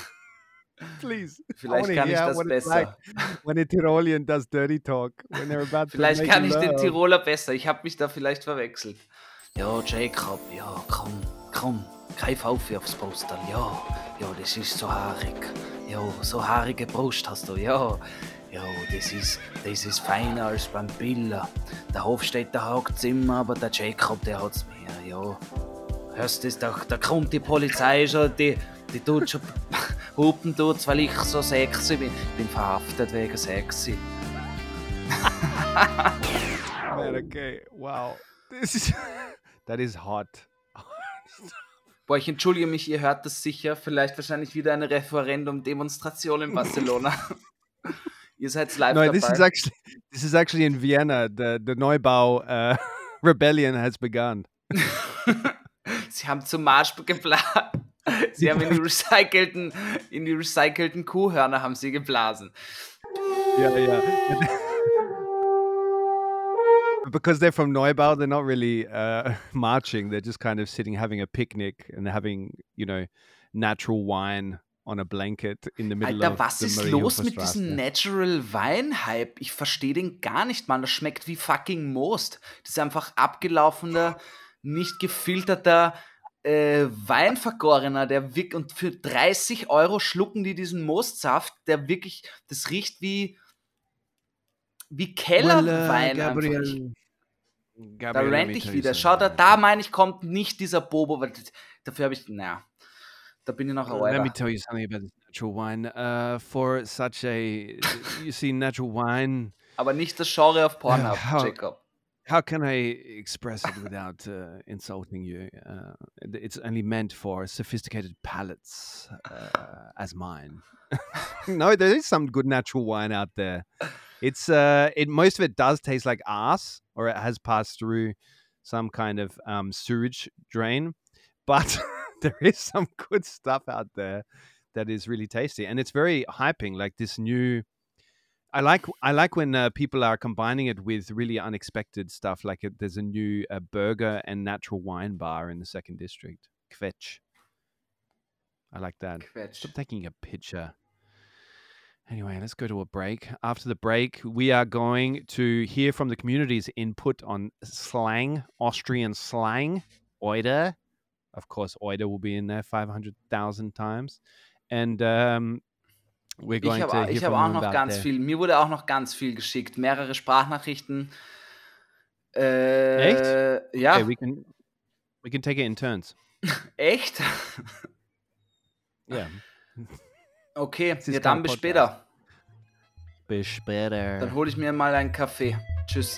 Please. I Vielleicht wanna kann ich hear das what it's besser. like when a Tirolian does dirty talk, when they're about Vielleicht to make kann ich den love. Tiroler besser. Ich habe mich da vielleicht verwechselt. Ja, Jacob, ja, komm, komm, greif auf aufs Poster. Ja, ja, das ist so haarig. Ja, so haarige Brust hast du. Ja, ja, das ist, das ist feiner als beim Biller. Der Hofstädter hagt's immer, aber der Jacob, der hat's mehr. Ja, hörst du das? Da, da kommt die Polizei schon, die, die tut schon hupen tut's, weil ich so sexy bin. Ich bin verhaftet wegen sexy. Man, okay, wow. This is, that is hot. Boah, ich entschuldige mich, ihr hört das sicher. Vielleicht wahrscheinlich wieder eine Referendum-Demonstration in Barcelona. Ihr seid live No, dabei. this is actually this is actually in Vienna. The the Neubau uh, rebellion has begun. Sie haben zum Marsch geplant. Sie haben in die recycelten, in die recycelten Kuhhörner haben sie geblasen. Yeah, yeah. Because they're from Neubau, they're not really uh, marching. They're just kind of sitting, having a picnic, and having, you know, natural wine on a blanket in the middle Alter, of was the ist Marienhofer los mit Straße. diesem Natural Wein-Hype? Ich verstehe den gar nicht, Mann. Das schmeckt wie fucking Most. Das ist einfach abgelaufener, nicht gefilterter äh, Weinvergorener, der wirkt, und für dreißig Euro schlucken die diesen Mostsaft, der wirklich, das riecht wie wie Kellerwein. Well, uh, einfach. Ich, Gabriel, da Gabriel, let rant me ich tell you wieder. Schau, da, something. da meine ich, kommt nicht dieser Bobo, weil das, dafür habe ich, naja, da bin ich noch ein Let me Alter. tell you something about this natural wine. Uh, for such a, you see, natural wine. Aber nicht das Genre auf Pornhub, How- Jacob. How can I express it without uh, insulting you? Uh, it's only meant for sophisticated palates uh, as mine. No, there is some good natural wine out there. It's uh, it most of it does taste like ass, or it has passed through some kind of um, sewage drain, but there is some good stuff out there that is really tasty, and it's very hyping. Like this new. I like I like when uh, people are combining it with really unexpected stuff. Like it, there's a new uh, burger and natural wine bar in the second district, Quetsch. I like that. Quetsch. Stop taking a picture. Anyway, let's go to a break. After the break, we are going to hear from the community's input on slang, Austrian slang, Oida. Of course, Oida will be in there five hundred thousand times. And um, we're Ich going to habe hear ich from hab auch them noch about ganz their- viel, mir wurde auch noch ganz viel geschickt, mehrere Sprachnachrichten. Äh, Echt? Ja, Okay, we can we can take it in turns. echt? Yeah. Okay, Das ist ja dann kein bis Podcast. später. Bis später. Dann hole ich mir mal einen Kaffee. Tschüss.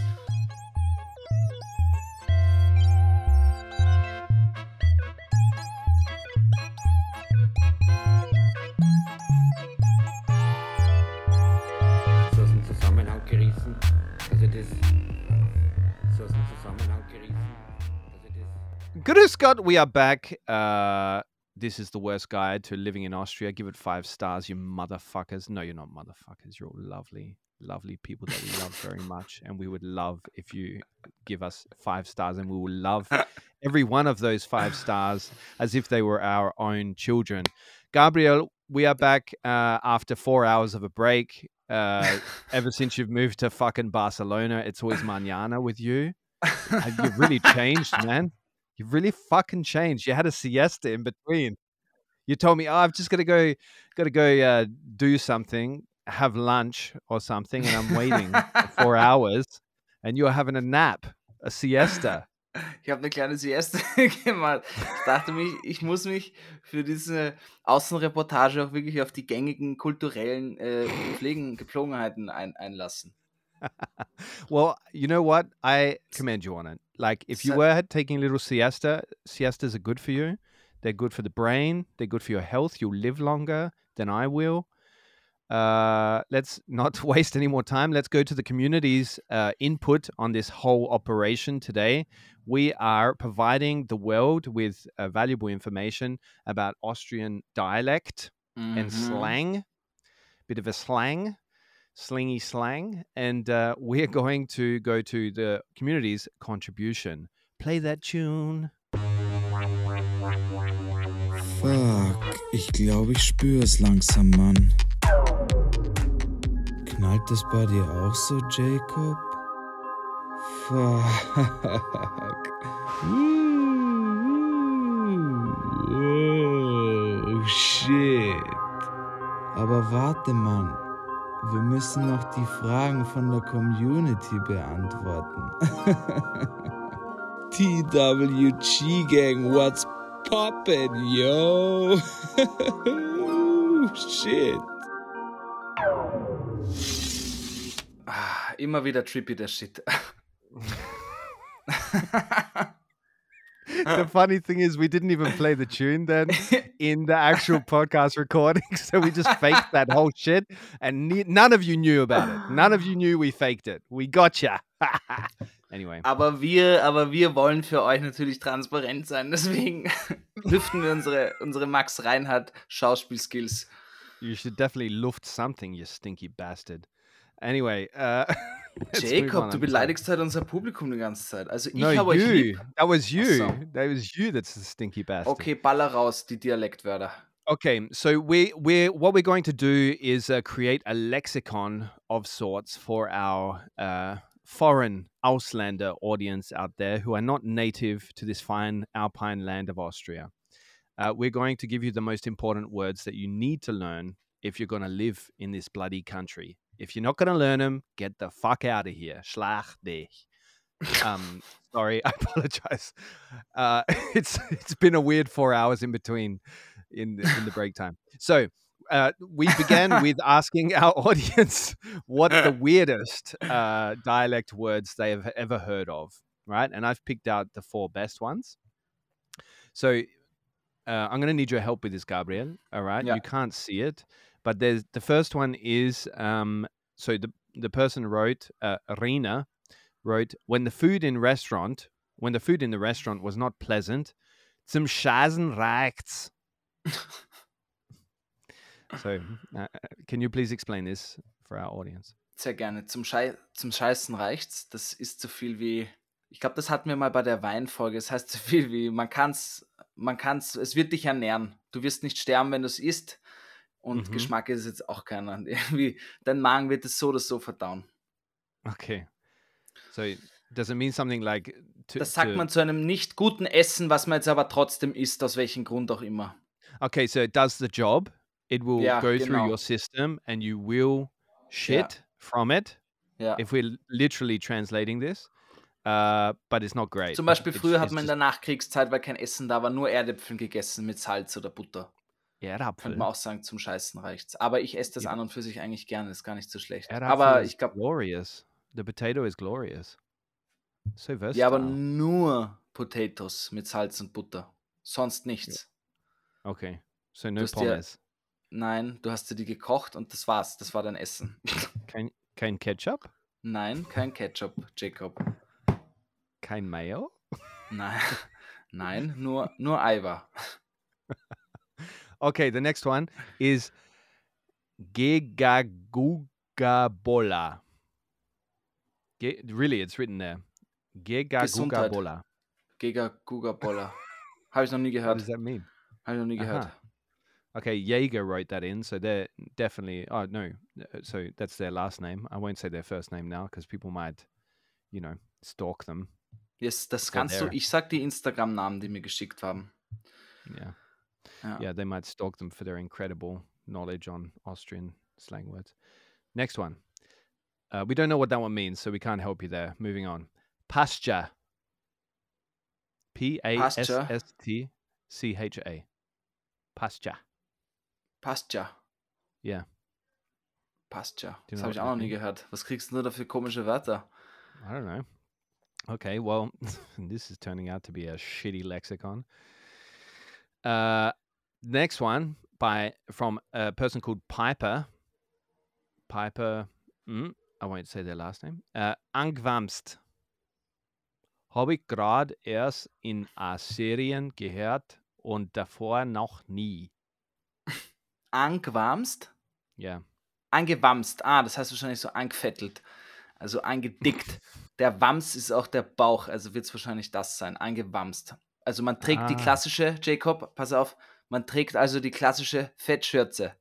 so aus dem Zusammenhang gerissen, dass ich das so aus dem Zusammenhang gerissen, dass ich das Grüß Gott, we are back. Uh, this is the worst guide to living in Austria. Give it five stars, you motherfuckers. No, you're not motherfuckers. You're all lovely, lovely people that we love very much. And we would love if you give us five stars, and we will love every one of those five stars as if they were our own children. Gabriel, we are back uh, after four hours of a break. Uh, ever since you've moved to fucking Barcelona, it's always mañana with you. You've really changed, man. You've really fucking changed. You had a siesta in between. You told me, oh, I've just got to go, got to go uh, do something, have lunch or something, and I'm waiting for four hours, and you're having a nap, a siesta. Ich habe eine kleine Siesta gemacht. Ich dachte mich, ich muss mich für diese Außenreportage auch wirklich auf die gängigen kulturellen äh, Pflegen, Gepflogenheiten ein, einlassen. Well, you know what? I commend you on it. Like, if you So- were taking a little siesta, siestas are good for you. They're good for the brain. They're good for your health. You'll live longer than I will. Uh, let's not waste any more time. Let's go to the community's uh, input on this whole operation today. We are providing the world with uh, valuable information about Austrian dialect and Mhm. slang, bit of a slang, slingy slang, and uh, we're going to go to the community's contribution. Play that tune. Fuck, ich glaube, ich spüre es langsam, Mann. Knallt das bei dir auch so, Jacob? Fuck. Oh, shit. Aber warte, Mann. Wir müssen noch die Fragen von der Community beantworten. T W G Gang, what's poppin', yo? Shit. Ah, immer wieder trippy der Shit. The funny thing is, we didn't even play the tune then in the actual podcast recording, so we just faked that whole shit, and ne- none of you knew about it. None of you knew we faked it. We gotcha. Anyway, Aber wir, aber wir wollen für euch natürlich transparent sein, deswegen lüften wir unsere, unsere Max Reinhardt Schauspielskills. you should definitely luft something, you stinky bastard. Anyway, uh, let's move Jacob, on. du I'm beleidigst halt unser Publikum die ganze Zeit. Also ich sorry. No, habe euch you. lieb. That was you. Ach so. That was you. That's the stinky bastard. Okay, baller raus, die Dialektwörter. Okay, so we we what we're going to do is uh, create a lexicon of sorts for our uh, foreign Auslander audience out there who are not native to this fine alpine land of Austria. Uh, we're going to give you the most important words that you need to learn if you're going to live in this bloody country. If you're not going to learn them, get the fuck out of here. Schlag dich. Um, sorry, I apologize. Uh, it's it's been a weird four hours in between in the, in the break time. So uh, we began with asking our audience what the weirdest uh, dialect words they have ever heard of, right? And I've picked out the four best ones. So uh, I'm going to need your help with this, Gabriel. All right, Yeah. you can't see it, but there's the first one is um, so the the person wrote uh, Rina wrote when the food in restaurant when the food in the restaurant was not pleasant, zum Schasen reicht's. So, uh, can you please explain this for our audience? Sehr gerne. Zum, Schei zum Scheißen reicht's. Das ist so viel wie, ich glaube, das hatten wir mal bei der Weinfolge. Das heißt so viel wie, man kann's, man kann's, es wird dich ernähren. Du wirst nicht sterben, wenn du es isst. Und Mhm. Geschmack ist jetzt auch keiner. Irgendwie, dein Magen wird es so oder so verdauen. Okay. So, does it mean something like to, Das sagt to- man zu einem nicht guten Essen, was man jetzt aber trotzdem isst, aus welchem Grund auch immer. Okay, so it does the job. It will Ja, go through genau. your system and you will shit from it. Ja. If we're literally translating this, uh, but it's not great. Zum Beispiel It's- früher hat it's man in just- der Nachkriegszeit, weil kein Essen da war, nur Erdäpfel gegessen mit Salz oder Butter. Erdapfel. Könnte man auch sagen, zum Scheißen reicht's. Aber ich esse das Ja. an und für sich eigentlich gerne, ist gar nicht so schlecht. Erdapfel Aber is ich glaube, glorious. The potato is glorious. So versatile. ja, aber nur Potatoes mit Salz und Butter. Sonst nichts. Okay, so no Du hast dir- pommes. Nein, du hast dir die gekocht und das war's. Das war dein Essen. Kein, kein Ketchup? Nein, kein Ketchup, Jacob. Kein Mayo? Nein, Nein, nur, nur Aiwa. Okay, the next one is Gegagugabola. Ge- really, it's written there. Gegagugabola. Gegagugabola. Habe ich noch nie What gehört. does that mean? Habe ich noch nie gehört. Uh-huh. Okay, Jaeger wrote that in, so they're definitely. Oh no, so that's their last name. I won't say their first name now because people might, you know, stalk them. Yes, das For kannst du. their- Ich sag die Instagram-Namen, die mir geschickt haben. Yeah, Ja. yeah, they might stalk them for their incredible knowledge on Austrian slang words. Next one. Uh, we don't know what that one means, so we can't help you there. Moving on. Pasture. P A S S T C H A. Pasture. Passt ja. Yeah. Passt ja. Do you Das know habe ich what auch noch that nie means? gehört. Was kriegst du da für komische Wörter? I don't know. Okay, well, this is turning out to be a shitty lexicon. Uh, next one by from a person called Piper. Piper, mm, I won't say their last name. Uh, Angwamst. Habe ich gerade erst in Serien gehört und davor noch nie. Angewamst? Ja. Angewamst. Ah, das heißt wahrscheinlich so angefettelt. Also angedickt. Der Wams ist auch der Bauch, also wird es wahrscheinlich das sein. Angewamst. Also man trägt die Ah. klassische, Jacob, pass auf, man trägt also die klassische Fettschürze.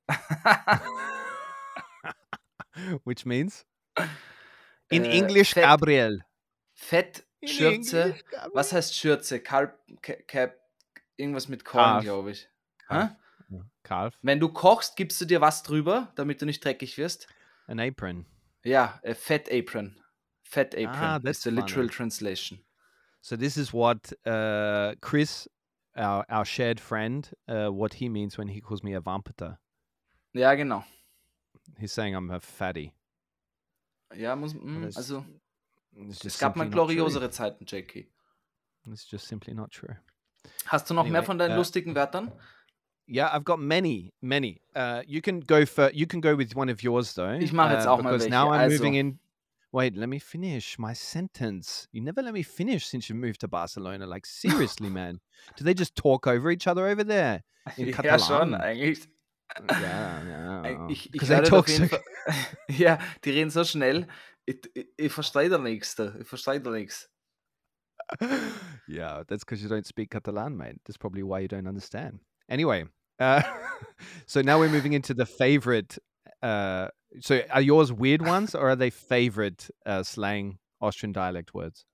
Which means? In Äh, English, Fett- Gabriel. Fettschürze. Was heißt Schürze? Kalb, Ca- Cap, irgendwas mit Korn, Calf. glaube ich. Calf. Hä? Calf. Wenn du kochst, gibst du dir was drüber, damit du nicht dreckig wirst? An apron. Ja, äh, Fett Apron. Fett Apron Ah, is that's the literal funny. translation. So this is what uh, Chris, our our shared friend, uh, what he means when he calls me a vampeta. Ja, genau. He's saying I'm a fatty. Ja, muss, mh, Das- also It's es just gab mal simply not true. gloriosere Zeiten, J K. It's just simply not true. Hast du noch mehr Anyway, von deinen äh, lustigen Wörtern? Yeah, I've got many, many. Uh, you can go for you can go with one of yours though. Ich mache jetzt uh, auch mal because welche. now I'm Also- moving in. Wait, let me finish my sentence. You never let me finish since you moved to Barcelona. Like seriously, man. Do they just talk over each other over there in Ja, Catalan? schon, eigentlich. Yeah, yeah. Ich, ich Because they werde talk auf jeden so. Fall, ja, die reden so schnell. Ich, ich, ich verstehe da nichts. Da. Ich verstehe da nichts. Yeah, that's because you don't speak Catalan, mate. That's probably why you don't understand. Anyway, uh, so now we're moving into the favorite. Uh, so are yours weird ones or are they favorite uh, slang Austrian dialect words?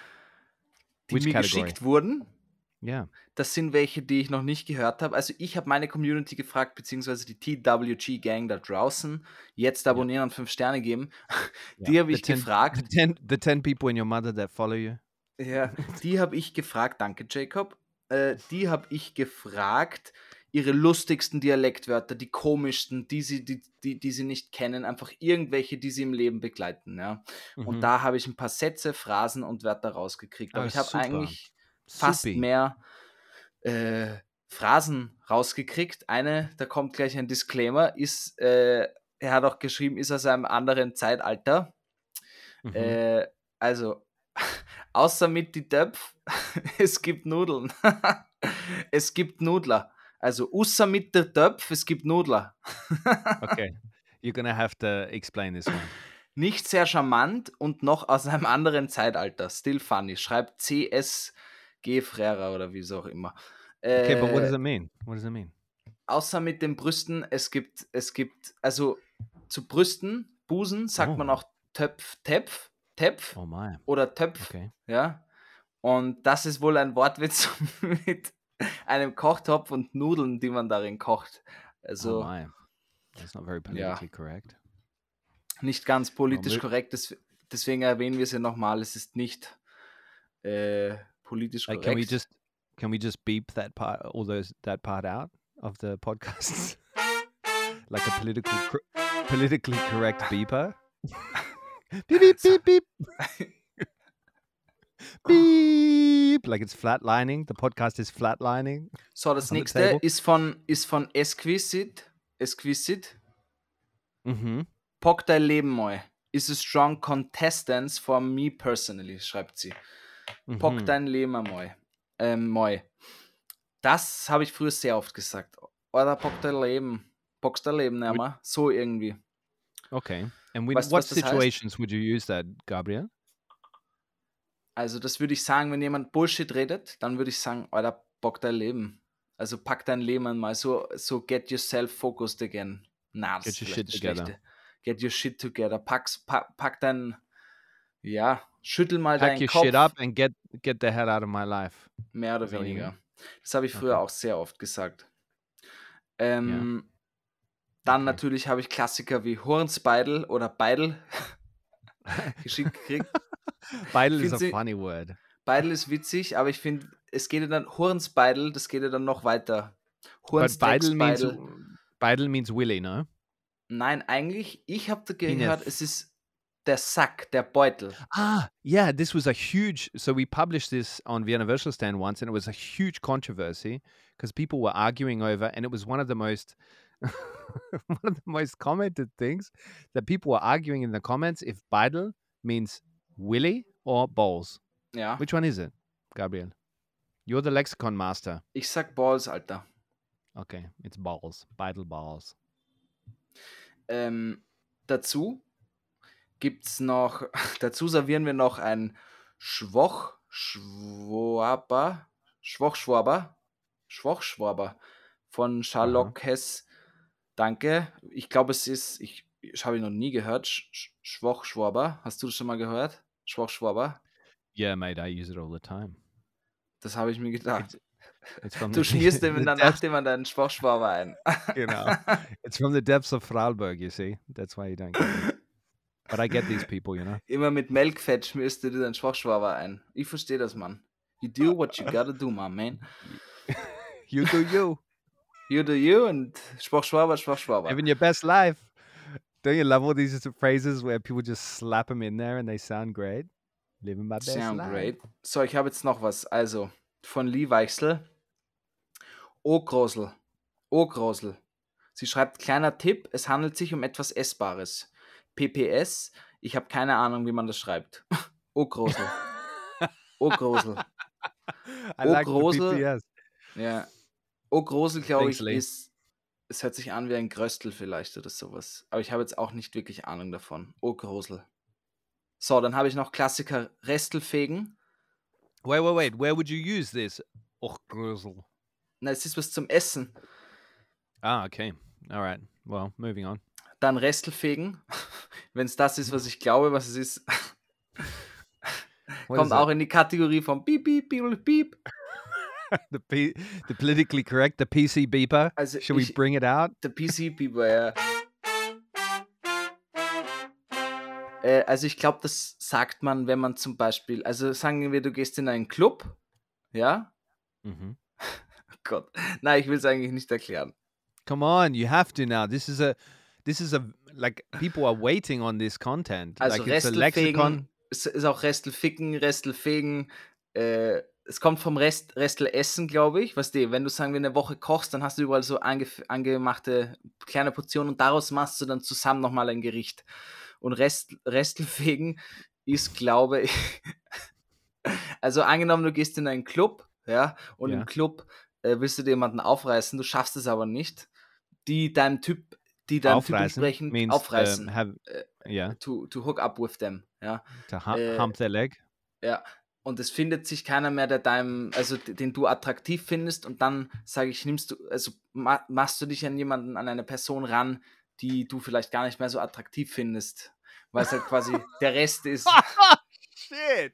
Die Which mir category? geschickt wurden, Yeah. das sind welche, die ich noch nicht gehört habe. Also ich habe meine Community gefragt, beziehungsweise die T W G-Gang da draußen. Jetzt abonnieren und fünf Sterne geben. Die yeah. habe ich the ten, gefragt. The ten, the ten people in your mother that follow you. Ja, die habe ich gefragt, danke Jacob. Äh, die habe ich gefragt, ihre lustigsten Dialektwörter, die komischsten, die sie, die, die, die sie nicht kennen, einfach irgendwelche, die sie im Leben begleiten. Ja. Und Mhm. da habe ich ein paar Sätze, Phrasen und Wörter rausgekriegt. Aber Ah, ich habe super. eigentlich fast Supi. mehr äh, Phrasen rausgekriegt. Eine, da kommt gleich ein Disclaimer, ist, äh, er hat auch geschrieben, ist aus einem anderen Zeitalter. Mhm. Äh, also, außer mit die Töpf, es gibt Nudeln. Es gibt Nudler. Also, außer mit der Töpf, es gibt Nudler. Okay. You're gonna have to explain this one. Nicht sehr charmant und noch aus einem anderen Zeitalter. Still funny. Schreibt C S G Frera oder wie es auch immer. Okay, but what Äh, does it mean? What does it mean? außer mit den Brüsten, es gibt, es gibt, also zu Brüsten, Busen, sagt Oh. man auch Töpf, Tepf, Tepf Oh my. oder Töpf. Okay. Ja. Und das ist wohl ein Wortwitz mit einem Kochtopf und Nudeln, die man darin kocht. Also oh my. That's not very politically correct. nicht ganz politisch mö- korrekt. des- Deswegen erwähnen wir es ja nochmal. Es ist nicht äh, politisch Like, korrekt. can we just can we just beep that part, all those that part out of the podcasts, like a political cor- politically correct beeper? beep beep beep beep beep. Like it's flatlining. The podcast is flatlining. So, das on the nächste table? ist von, ist von Esquisite. Esquisite. Mm-hmm. Pock dein Leben mal. Is a strong contestants for me personally, schreibt sie. Pock Mhm. dein Leben einmal. Ähm, moi. Das habe ich früher sehr oft gesagt. Oder packt dein Leben. Packst dein Leben nicht mehr. So irgendwie. Okay. And when, Weißt du, what was das heißt? situations would you use that, Gabriel? Also das würde ich sagen, wenn jemand Bullshit redet, dann würde ich sagen, Alter, pack dein Leben. Also pack dein Leben einmal. So, so get yourself focused again. Na, das Get ist your vielleicht shit das together. Schlechte. Get your shit together. Pack's, pack, pack dein, ja, schüttel mal Pack deinen your Kopf. shit up and get get the hell out of my life. Mehr oder Is that what you weniger. mean? Das habe ich früher Okay. auch sehr oft gesagt. Ähm, Dann Okay. natürlich habe ich Klassiker wie Hornsbeidel oder Beidel geschickt gekriegt. Beidel is a Find's i- funny word. Beidel ist witzig, aber ich finde, es geht ja dann, Hornsbeidel, das geht ja dann noch weiter. But Beidel means Hornsdrecksbeidel. Beidel means Willy, no? Nein, eigentlich, ich habe da Penis. gehört, es ist der Sack, der Beutel. Ah, yeah, this was a huge. So we published this on the Universal Stand once, and it was a huge controversy because people were arguing over, and it was one of the most, one of the most commented things that people were arguing in the comments if Beidel means Willy or balls. Ja, Which one is it, Gabriel? You're the lexicon master. ich sag Balls, Alter. Okay, it's balls. Beidel balls. Ähm, dazu gibt's noch, dazu servieren wir noch ein Schwoch, Schwaber, Schwochschwaber, Schwochschwaber von Sherlock Hess. Danke. Ich glaube, es ist, ich, ich habe ihn noch nie gehört, Sch- Sch- Schwochschwaber. Hast du das schon mal gehört? Schwochschwaber? Yeah, mate, I use it all the time. Das habe ich mir gedacht. It's from Du the- schmierst dem the in der depths- Nacht immer deinen Schwochschwaber ein. Genau. It's from the depths of Vorarlberg, you see. That's why you don't get it. But I get these people, you know. Immer mit Melkfett schmierst du dir deinen Schwochschwaber ein. Ich verstehe das, Mann. You do what you gotta do, my man. You do you. You do you und Schwochschwaber, Schwochschwaber. Living your best life. Don't you love all these phrases where people just slap them in there and they sound great? Living my best Sound life. great. So, ich habe jetzt noch was. Also, von Lee Weichsel. O Grosel. O Grosel. Sie schreibt, kleiner Tipp, es handelt sich um etwas Essbares. P P S, ich habe keine Ahnung, wie man das schreibt. O Grosel. O Grosel. I Oh, like the Grosel. P P S. Ja. O Grosel, glaube Thanks, ich, Lee. ist, es hört sich an wie ein Gröstel vielleicht oder sowas. Aber ich habe jetzt auch nicht wirklich Ahnung davon. O Grosel. So, dann habe ich noch Klassiker Restelfegen. Wait, wait, wait. Where would you use this? Och, Grusel. Na, es ist was zum Essen. Ah, okay. All right. Well, moving on. Dann Restelfegen. Wenn es das ist, was ich glaube, was es ist, What kommt is auch it? in die Kategorie von Piep, Piep, Piep, Piep. the, P- the politically correct, the P C beeper. Also Should we ich- bring it out? Der P C-Pieper, ja. Äh, also ich glaube, das sagt man, wenn man zum Beispiel, also sagen wir, du gehst in einen Club, ja? Mhm. Oh Gott, nein, ich will es eigentlich nicht erklären. Come on, you have to now. This is a, this is a, like, people are waiting on this content. Also like, it's a lexicon. Restelfegen, es ist auch Restelficken, Restelfegen, äh, es kommt vom Rest, Restelessen, glaube ich. Weißt du, wenn du, sagen wir, eine Woche kochst, dann hast du überall so angef- angemachte kleine Portionen und daraus machst du dann zusammen nochmal ein Gericht. Und Rest, Restelfegen ist, glaube ich, also angenommen, du gehst in einen Club, ja, und Ja. im Club äh, willst du dir jemanden aufreißen, du schaffst es aber nicht, die deinem Typ, die deinem Typ Aufreißen entsprechend means aufreißen, um, have, äh, yeah, to, to hook up with them, ja. to hu- äh, hump their leg. Ja, und es findet sich keiner mehr, der deinem, also d- den du attraktiv findest, und dann sage ich, nimmst du, also ma machst du dich an jemanden, an eine Person ran, die du vielleicht gar nicht mehr so attraktiv findest, weil es halt quasi der Rest ist. Shit.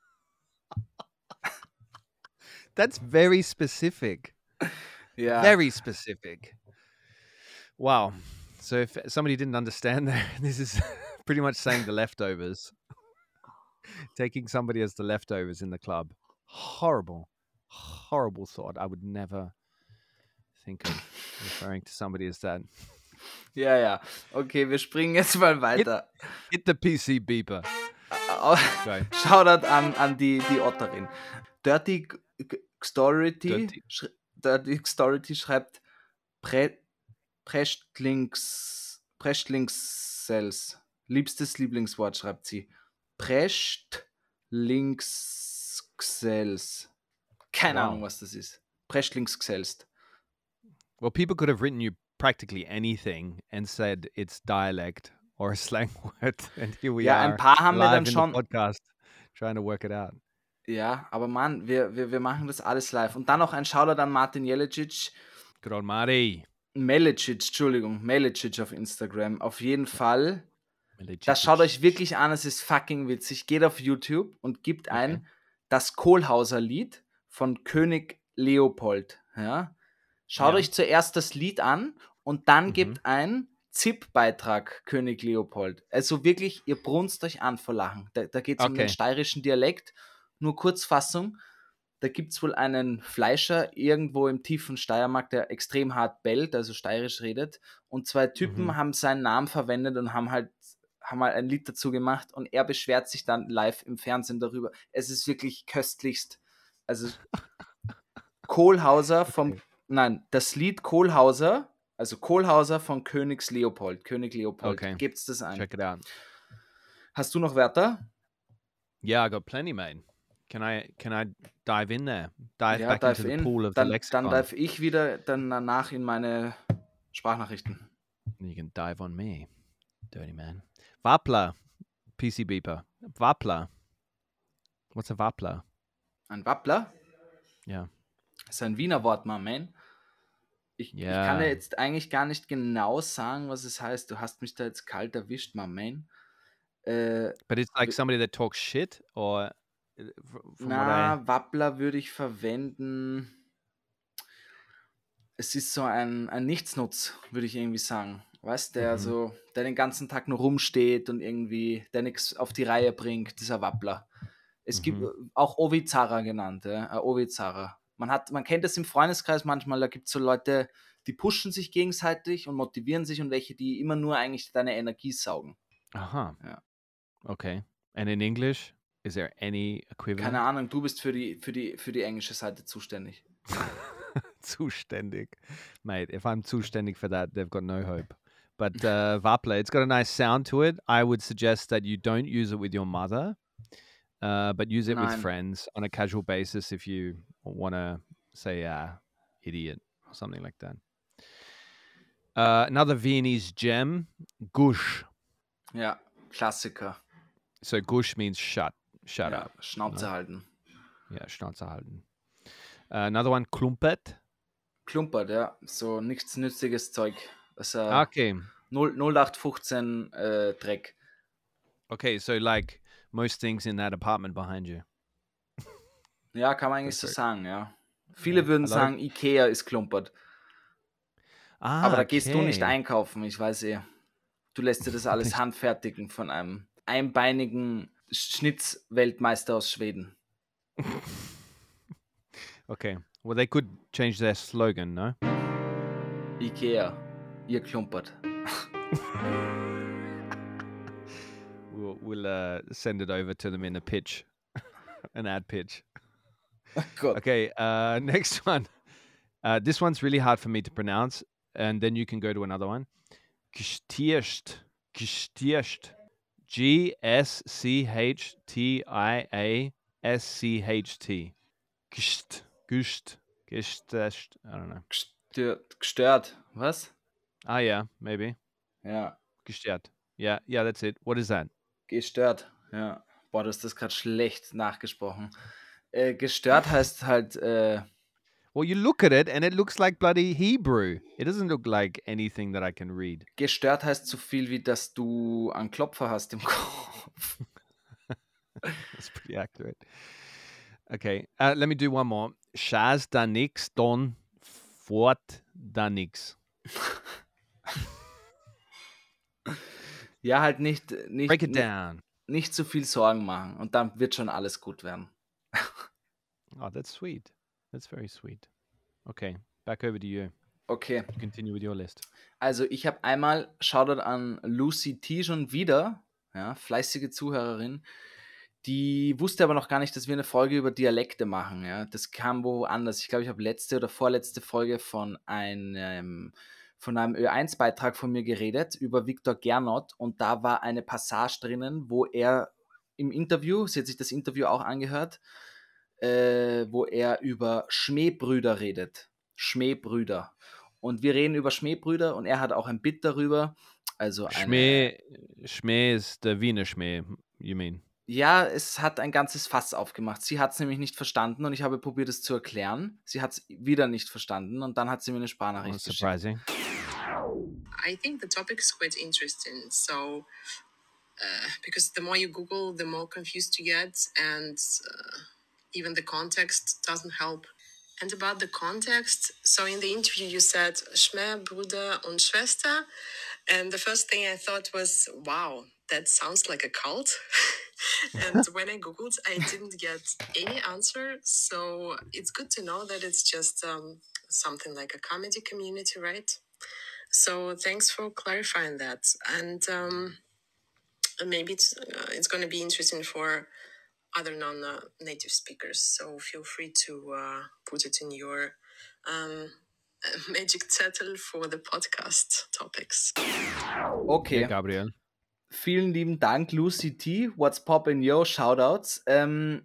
That's very specific. Ja, Very specific. Wow. So if somebody didn't understand that, this is pretty much saying the leftovers. Taking somebody as the leftovers in the club. Horrible, horrible thought. I would never think of referring to somebody as that. ja, ja. Okay, wir springen jetzt mal weiter. Hit the P C beeper. Au- Go. Shoutout an, an die, die Otterin. Dirty G- G- Stority, Dirty. Sch Dirty Stority schreibt Pre Prestlings Prestlingssels. Liebstes Lieblingswort, schreibt sie. Prestlingssels. Keine Wow. Ahnung, was das ist. Preschlingsgeselst. Well, people could have written you practically anything and said it's dialect or a slang word, and here we Ja, ein are paar haben wir live dann in the schon. podcast trying to work it out. Ja, aber Mann, wir, wir, wir machen das alles live. Und dann noch ein Shoutout an Martin Jelicic. Good old Marty. Melicic, Entschuldigung, Melicic auf Instagram. Auf jeden Fall. Melicic. Das schaut euch wirklich an, es ist fucking witzig. Geht auf YouTube und gibt ein Okay. das Kohlhauser-Lied von König Leopold. Ja? Schaut Ja. euch zuerst das Lied an und dann Mhm. gibt ein Z I P-Beitrag König Leopold. Also wirklich, ihr brunst euch an vor Lachen. Da, da geht es um den Okay. steirischen Dialekt. Nur Kurzfassung. Da gibt es wohl einen Fleischer irgendwo im tiefen Steiermark, der extrem hart bellt, also steirisch redet. Und zwei Typen Mhm. haben seinen Namen verwendet und haben halt haben mal ein Lied dazu gemacht. Und er beschwert sich dann live im Fernsehen darüber. Es ist wirklich köstlichst. Also Kohlhauser vom... Okay. Nein, das Lied Kohlhauser, also Kohlhauser von Königs Leopold. König Leopold. Okay. Gibt's das ein. Check it out. Hast du noch Wörter? Yeah, I got plenty, mate. Can I can I dive in there? Dive Ja, back dive into the in. pool of Dann, the dann lexicon. dive ich wieder dann danach in meine Sprachnachrichten. You can dive on me, dirty man. Wappler, P C Beeper. Wappler. What's a Wappler? Ein Wappler? Ja. Das ist ein Wiener Wort, my man. Ich, Ja. ich kann dir jetzt eigentlich gar nicht genau sagen, was es heißt. Du hast mich da jetzt kalt erwischt, my man. Äh, But it's like w- somebody that talks shit, or uh, fr- from what I. na, Wappler würde ich verwenden. Es ist so ein, ein Nichtsnutz, würde ich irgendwie sagen. Weißt du, der Mhm. so, der den ganzen Tag nur rumsteht und irgendwie, der nichts auf die Reihe bringt, dieser Wappler. Es gibt Mhm. äh, auch Ovizara genannt, ja? äh, Ovizara. Man hat, man kennt das im Freundeskreis manchmal, da gibt es so Leute, die pushen sich gegenseitig und motivieren sich und welche, die immer nur eigentlich deine Energie saugen. Aha. Ja. Okay. And in English, is there any equivalent? Keine Ahnung, du bist für die, für die, für die englische Seite zuständig. Zuständig. Mate, if I'm zuständig for that, they've got no hope. But uh, Wappler, it's got a nice sound to it. I would suggest that you don't use it with your mother, uh, but use it with Nein. friends on a casual basis if you want to say, uh, idiot or something like that. Uh, another Viennese gem, gush. Ja, Klassiker. So gush means shut, shut Ja, up. Schnauze No. halten. Yeah, Schnauze halten. Uh, another one, klumpet. Klumpert, ja. So nichts nützliches Zeug. Das ist äh, Okay. null null acht fünfzehn äh, Dreck. Okay, so like most things in that apartment behind you. Ja, kann man eigentlich so Perfekt. sagen, ja. Viele Ja, würden a lot of- sagen, Ikea ist Klumpert. Ah, Aber da gehst du nicht okay. einkaufen, ich weiß eh. Du lässt dir das alles Nicht. handfertigen von einem einbeinigen Schnitzweltmeister aus Schweden. Okay. Well, they could change their slogan, no? Ikea, ihr Klumpert. We'll, we'll uh, send it over to them in a pitch, an ad pitch. Gut. Okay. Uh, next one. Uh, this one's really hard for me to pronounce, and then you can go to another one. Gestierst. Gestierst. G S C H T I A S C H T. Gest. Gest. Gestest. I don't know. Gestört. Gestört. Was? Ah, yeah, maybe. Ja, Gestört. Yeah, yeah, that's it. What is that? gestört. Ja. Boah, du hast das gerade schlecht nachgesprochen. Äh, gestört heißt halt, äh, Well, you look at it and it looks like bloody Hebrew. It doesn't look like anything that I can read. gestört heißt so viel wie, dass du einen Klopfer hast im Kopf. That's pretty accurate. Okay, uh, let me do one more. Shaz da nix, don fort da nix. Ja, halt nicht, nicht, Break it nicht, down. nicht zu viel Sorgen machen und dann wird schon alles gut werden. Oh, that's sweet. That's very sweet. Okay, back over to you. Okay, Continue with your list. also ich habe einmal Shoutout an Lucy T schon wieder, ja, fleißige Zuhörerin, die wusste aber noch gar nicht, dass wir eine Folge über Dialekte machen. Ja. Das kam woanders. Ich glaube, ich habe letzte oder vorletzte Folge von einem, von einem Ö eins Beitrag von mir geredet über Viktor Gernot und da war eine Passage drinnen, wo er im Interview, sie hat sich das Interview auch angehört, äh, wo er über Schmähbrüder redet. Schmähbrüder. Und wir reden über Schmähbrüder und er hat auch ein Bit darüber. Also eine, Schmäh, Schmäh is the Wiener Schmäh, you mean? ja, es hat ein ganzes Fass aufgemacht. Sie hat es nämlich nicht verstanden und ich habe probiert, es zu erklären. Sie hat es wieder nicht verstanden und dann hat sie mir eine Oh, Sprachnachricht geschickt. surprising. I think the topic is quite interesting. So, uh, because the more you Google, the more confused you get, and uh, even the context doesn't help. And about the context, so in the interview you said Schmäh, Bruder und Schwester, and the first thing I thought was, wow, that sounds like a cult. And when I Googled, I didn't get any answer. So it's good to know that it's just um, something like a comedy community, right? So thanks for clarifying that. And um, maybe it's, uh, it's going to be interesting for other non-native speakers. So feel free to uh, put it in your um, magic zettel for the podcast topics. Okay. Yeah, Gabriel. Vielen lieben Dank, Lucy T. What's poppin' yo? Shoutouts. Ähm,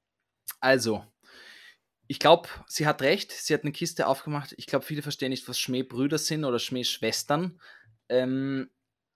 also, ich glaube, sie hat recht. Sie hat eine Kiste aufgemacht. Ich glaube, viele verstehen nicht, was Schmähbrüder sind oder Schmähschwestern. Ähm,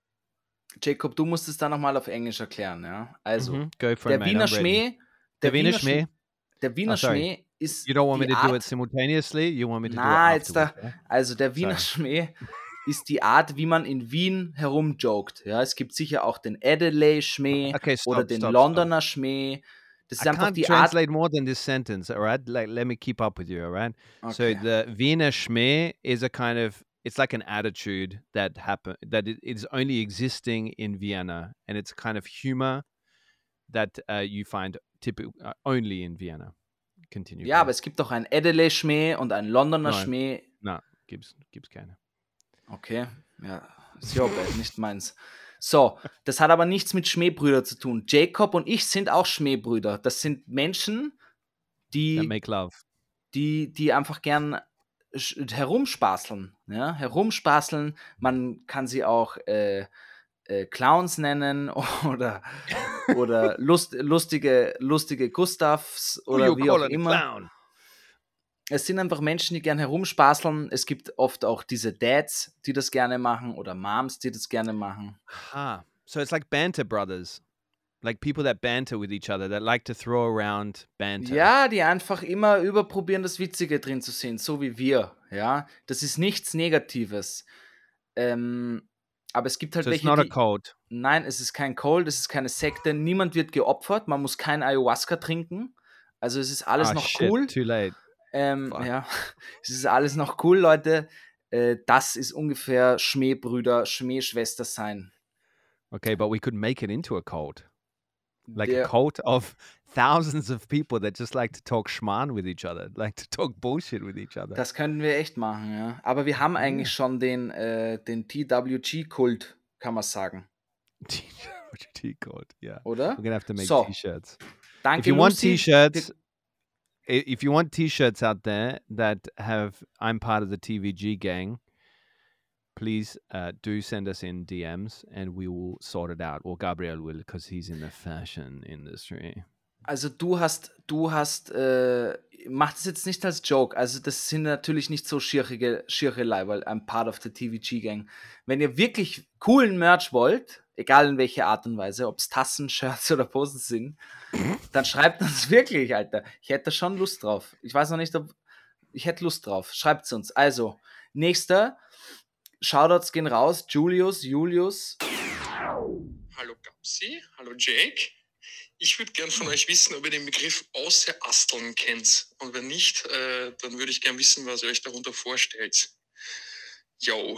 Jacob, du musst es dann nochmal auf Englisch erklären. Ja? Also, Mhm, go for der it, mate, Wiener I'm ready. Schmäh, Der Wiener Schmäh? der Wiener Oh, sorry. Schmäh ist You don't want me die to do it Art, simultaneously? You want me to na, do it jetzt da, afterwards? yeah? also der Wiener Sorry. Schmäh ist die Art, wie man in Wien herumjoked. Ja, es gibt sicher auch den Adelaide Schmäh Okay, stop, oder den stop, Londoner Schmäh. Das ist I einfach can't die Art. translate more than this sentence, all right? Like, let me keep up with you, all right? So Okay. the Wiener Schmäh is a kind of, it's like an attitude that happen that it is only existing in Vienna, and it's kind of humor that uh, you find typical uh, only in Vienna. Continue. Ja, aber es gibt auch einen Adelaide Schmäh und einen Londoner Nein. Schmäh. No, gibt's gibt's keine. Okay, ja, ist ja bad, nicht meins. So, das hat aber nichts mit Schmähbrüder zu tun. Jacob und ich sind auch Schmähbrüder. Das sind Menschen, That die, make love. die, die einfach gern sch- herumspaßeln. Ja? Herumspaßeln. Man kann sie auch äh, äh, Clowns nennen oder, oder lust, lustige, lustige Gustavs Who oder you wie auch calling a immer. clown? Es sind einfach Menschen, die gern herumspaßeln. Es gibt oft auch diese Dads, die das gerne machen oder Moms, die das gerne machen. Ah, so it's like banter brothers, like people that banter with each other, that like to throw around banter. Ja, die einfach immer überprobieren, das Witzige drin zu sehen, so wie wir. Ja, das ist nichts Negatives. Ähm, aber es gibt halt So it's welche, not a die... cult. Nein, es ist kein Cult, es ist keine Sekte. Niemand wird geopfert, man muss kein Ayahuasca trinken. Also es ist alles Ah, noch shit, cool. Too late. Ähm, Fuck. ja, es ist alles noch cool, Leute. Äh, das ist ungefähr Schmähbrüder, Schmähschwester sein. Okay, but we could make it into a cult. Like Der- a cult of thousands of people that just like to talk schmarrn with each other, like to talk bullshit with each other. Das könnten wir echt machen, ja. Aber wir haben eigentlich schon den, äh, den T W G-Kult, kann man sagen. T cult, yeah. Oder? We're gonna have to make So, t-shirts. Danke, If you want Lucy. t-shirts, i- if you want t-shirts out there that have I'm part of the T V G gang, please uh, do send us in D Ms and we will sort it out. Or Gabriel will, because he's in the fashion industry. Also du hast, du hast, äh, mach das jetzt nicht als Joke. Also das sind natürlich nicht so schierige, schierelei, weil I'm part of the T V G-Gang. Wenn ihr wirklich coolen Merch wollt, egal in welcher Art und Weise, ob es Tassen, Shirts oder Posen sind, dann schreibt uns wirklich, Alter. Ich hätte da schon Lust drauf. Ich weiß noch nicht, ob... Ich hätte Lust drauf. Schreibt es uns. Also, nächster. Shoutouts gehen raus. Julius, Julius. Hallo Gapsi, hallo Jake. Ich würde gern von euch wissen, ob ihr den Begriff Außerasteln kennt. Und wenn nicht, äh, dann würde ich gern wissen, was ihr euch darunter vorstellt. Yo,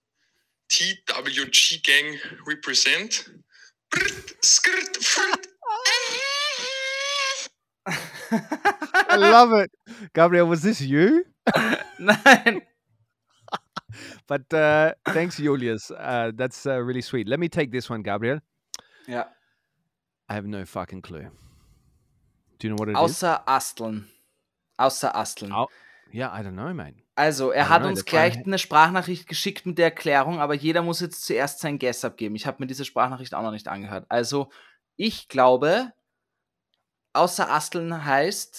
T W G Gang represent. Brrt, skirt, frirt. I love it. Gabriel, was this you? Nein. But uh, thanks, Julius. Uh, that's uh, really sweet. Let me take this one, Gabriel. Ja. I have no fucking clue. Do you know what it is? Außer Asteln. Außer Asteln. Au- Yeah, I don't know, man. Also, I er don't hat know, uns that's gleich why- eine Sprachnachricht geschickt mit der Erklärung, aber jeder muss jetzt zuerst sein Guess abgeben. Ich habe mir diese Sprachnachricht auch noch nicht angehört. Also, ich glaube, außer Asteln heißt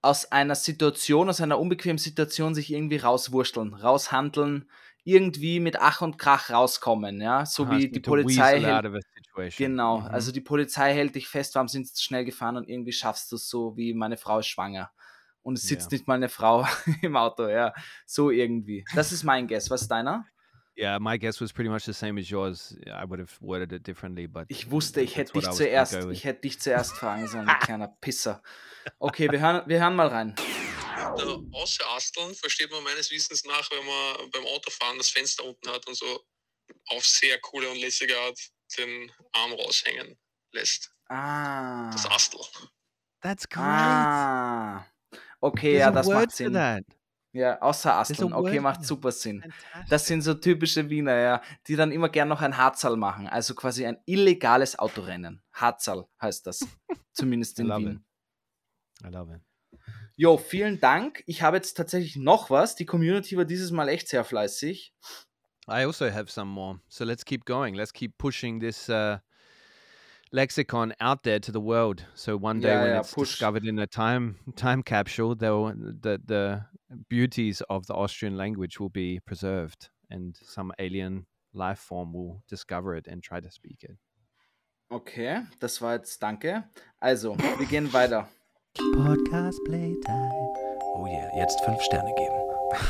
aus einer Situation, aus einer unbequemen Situation sich irgendwie rauswurschteln, raushandeln, irgendwie mit Ach und Krach rauskommen, ja, so Aha, wie so die to Polizei weasel out hält, of a situation. genau, Mhm. also die Polizei hält dich fest, warum sind sie schnell gefahren und irgendwie schaffst du es so, wie meine Frau ist schwanger und es sitzt Yeah. nicht mal eine Frau im Auto, ja, so irgendwie. Das ist mein Guess, was ist deiner? Yeah, my guess was pretty much the same as yours. I would have worded it differently, but Ich wusste, ich that's hätte what dich I was gonna zuerst, go with. ich hätte dich zuerst fragen sollen, du kleiner Pisser. Okay, wir hören, wir hören mal rein. Der Außerasteln versteht man meines Wissens nach, wenn man beim Autofahren das Fenster unten hat und so auf sehr coole und lässige Art den Arm raushängen lässt. Ah. Das Astel. That's great. Ah. Okay, There's ja, a das word macht for Sinn. that. Ja, außer There's a Asteln. Okay, word macht for that. super Sinn. Fantastic. Das sind so typische Wiener, ja, die dann immer gern noch ein Harzal machen. Also quasi ein illegales Autorennen. Harzal heißt das. Zumindest I in love Wien. it. I love it. Jo, vielen Dank. Ich habe jetzt tatsächlich noch was. Die Community war dieses Mal echt sehr fleißig. I also have some more. So let's keep going. Let's keep pushing this uh, lexicon out there to the world. So one day Ja, when ja, it's push. discovered in a time time capsule, they'll, the the beauties of the Austrian language will be preserved, and some alien life form will discover it and try to speak it. Okay, das war jetzt danke. Also, wir gehen weiter. Podcast Playtime. Oh yeah, jetzt fünf Sterne geben.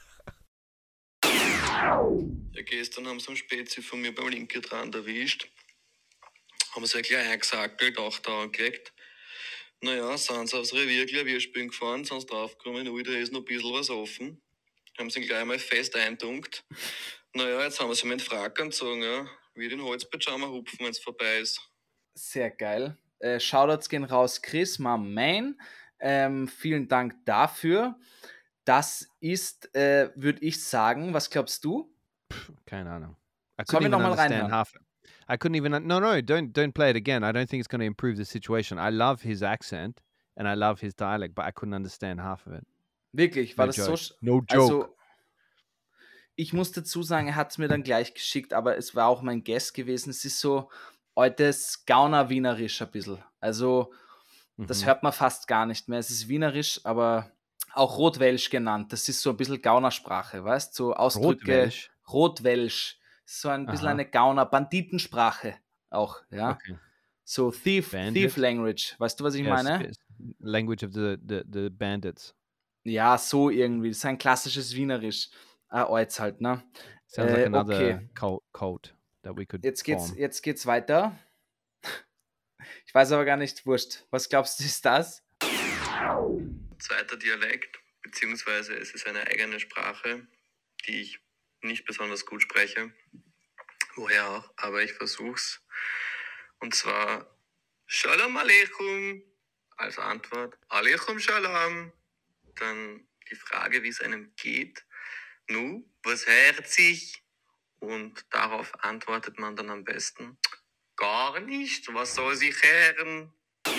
Ja, gestern haben sie einen Spezi von mir beim Linke dran erwischt. Haben sie gleich eingesackelt, auch da angelegt. Naja, sind sie aufs Revier gleich Wirspielen gefahren, sind sie draufgekommen, ui, da ist noch ein bisschen was offen. Haben sie ihn gleich mal fest eindunkt. Naja, jetzt haben wir sie mit den Frack angezogen, ja. Wie den Holzpyjama hupfen, wenn es vorbei ist. Sehr geil. Äh, Shoutouts gehen raus, Chris, my man. Ähm, vielen Dank dafür. Das ist, äh, würde ich sagen, was glaubst du? Keine Ahnung. I Sollen couldn't wir even noch mal understand reinhören? half. I couldn't even. No, no, don't don't play it again. I don't think it's going to improve the situation. I love his accent and I love his dialect, but I couldn't understand half of it. Wirklich, war No das so? joke. sch- No joke. Also, ich muss dazu sagen, er hat es mir dann gleich geschickt, aber es war auch mein Guess gewesen. Es ist so altes Gauner-Wienerisch ein bisschen. Also, das Mhm. hört man fast gar nicht mehr. Es ist Wienerisch, aber auch Rotwelsch genannt. Das ist so ein bisschen Gaunersprache, weißt du? So Ausdrücke. Rotwelsch? Rotwelsch. So ein bisschen Aha. eine Gauner-Banditensprache auch, ja? Okay. So Thief, Bandit? Thief Language. Weißt du, was ich Yes, meine? yes. Language of the, the, the bandits. Ja, so irgendwie. Das ist ein klassisches Wienerisch. Ah, Alts halt, ne? Sounds like Äh, another okay. cult, cult that we could Jetzt geht's, form. jetzt geht's weiter. Ich weiß aber gar nicht, wurscht. Was glaubst du, ist das? Zweiter Dialekt, beziehungsweise es ist eine eigene Sprache, die ich nicht besonders gut spreche. Woher auch, aber ich versuch's. Und zwar Shalom Aleikum als Antwort. Aleikum Shalom. Dann die Frage, wie es einem geht. Nu, was hört sich? Und darauf antwortet man dann am besten: Gar nicht, was soll sich hören?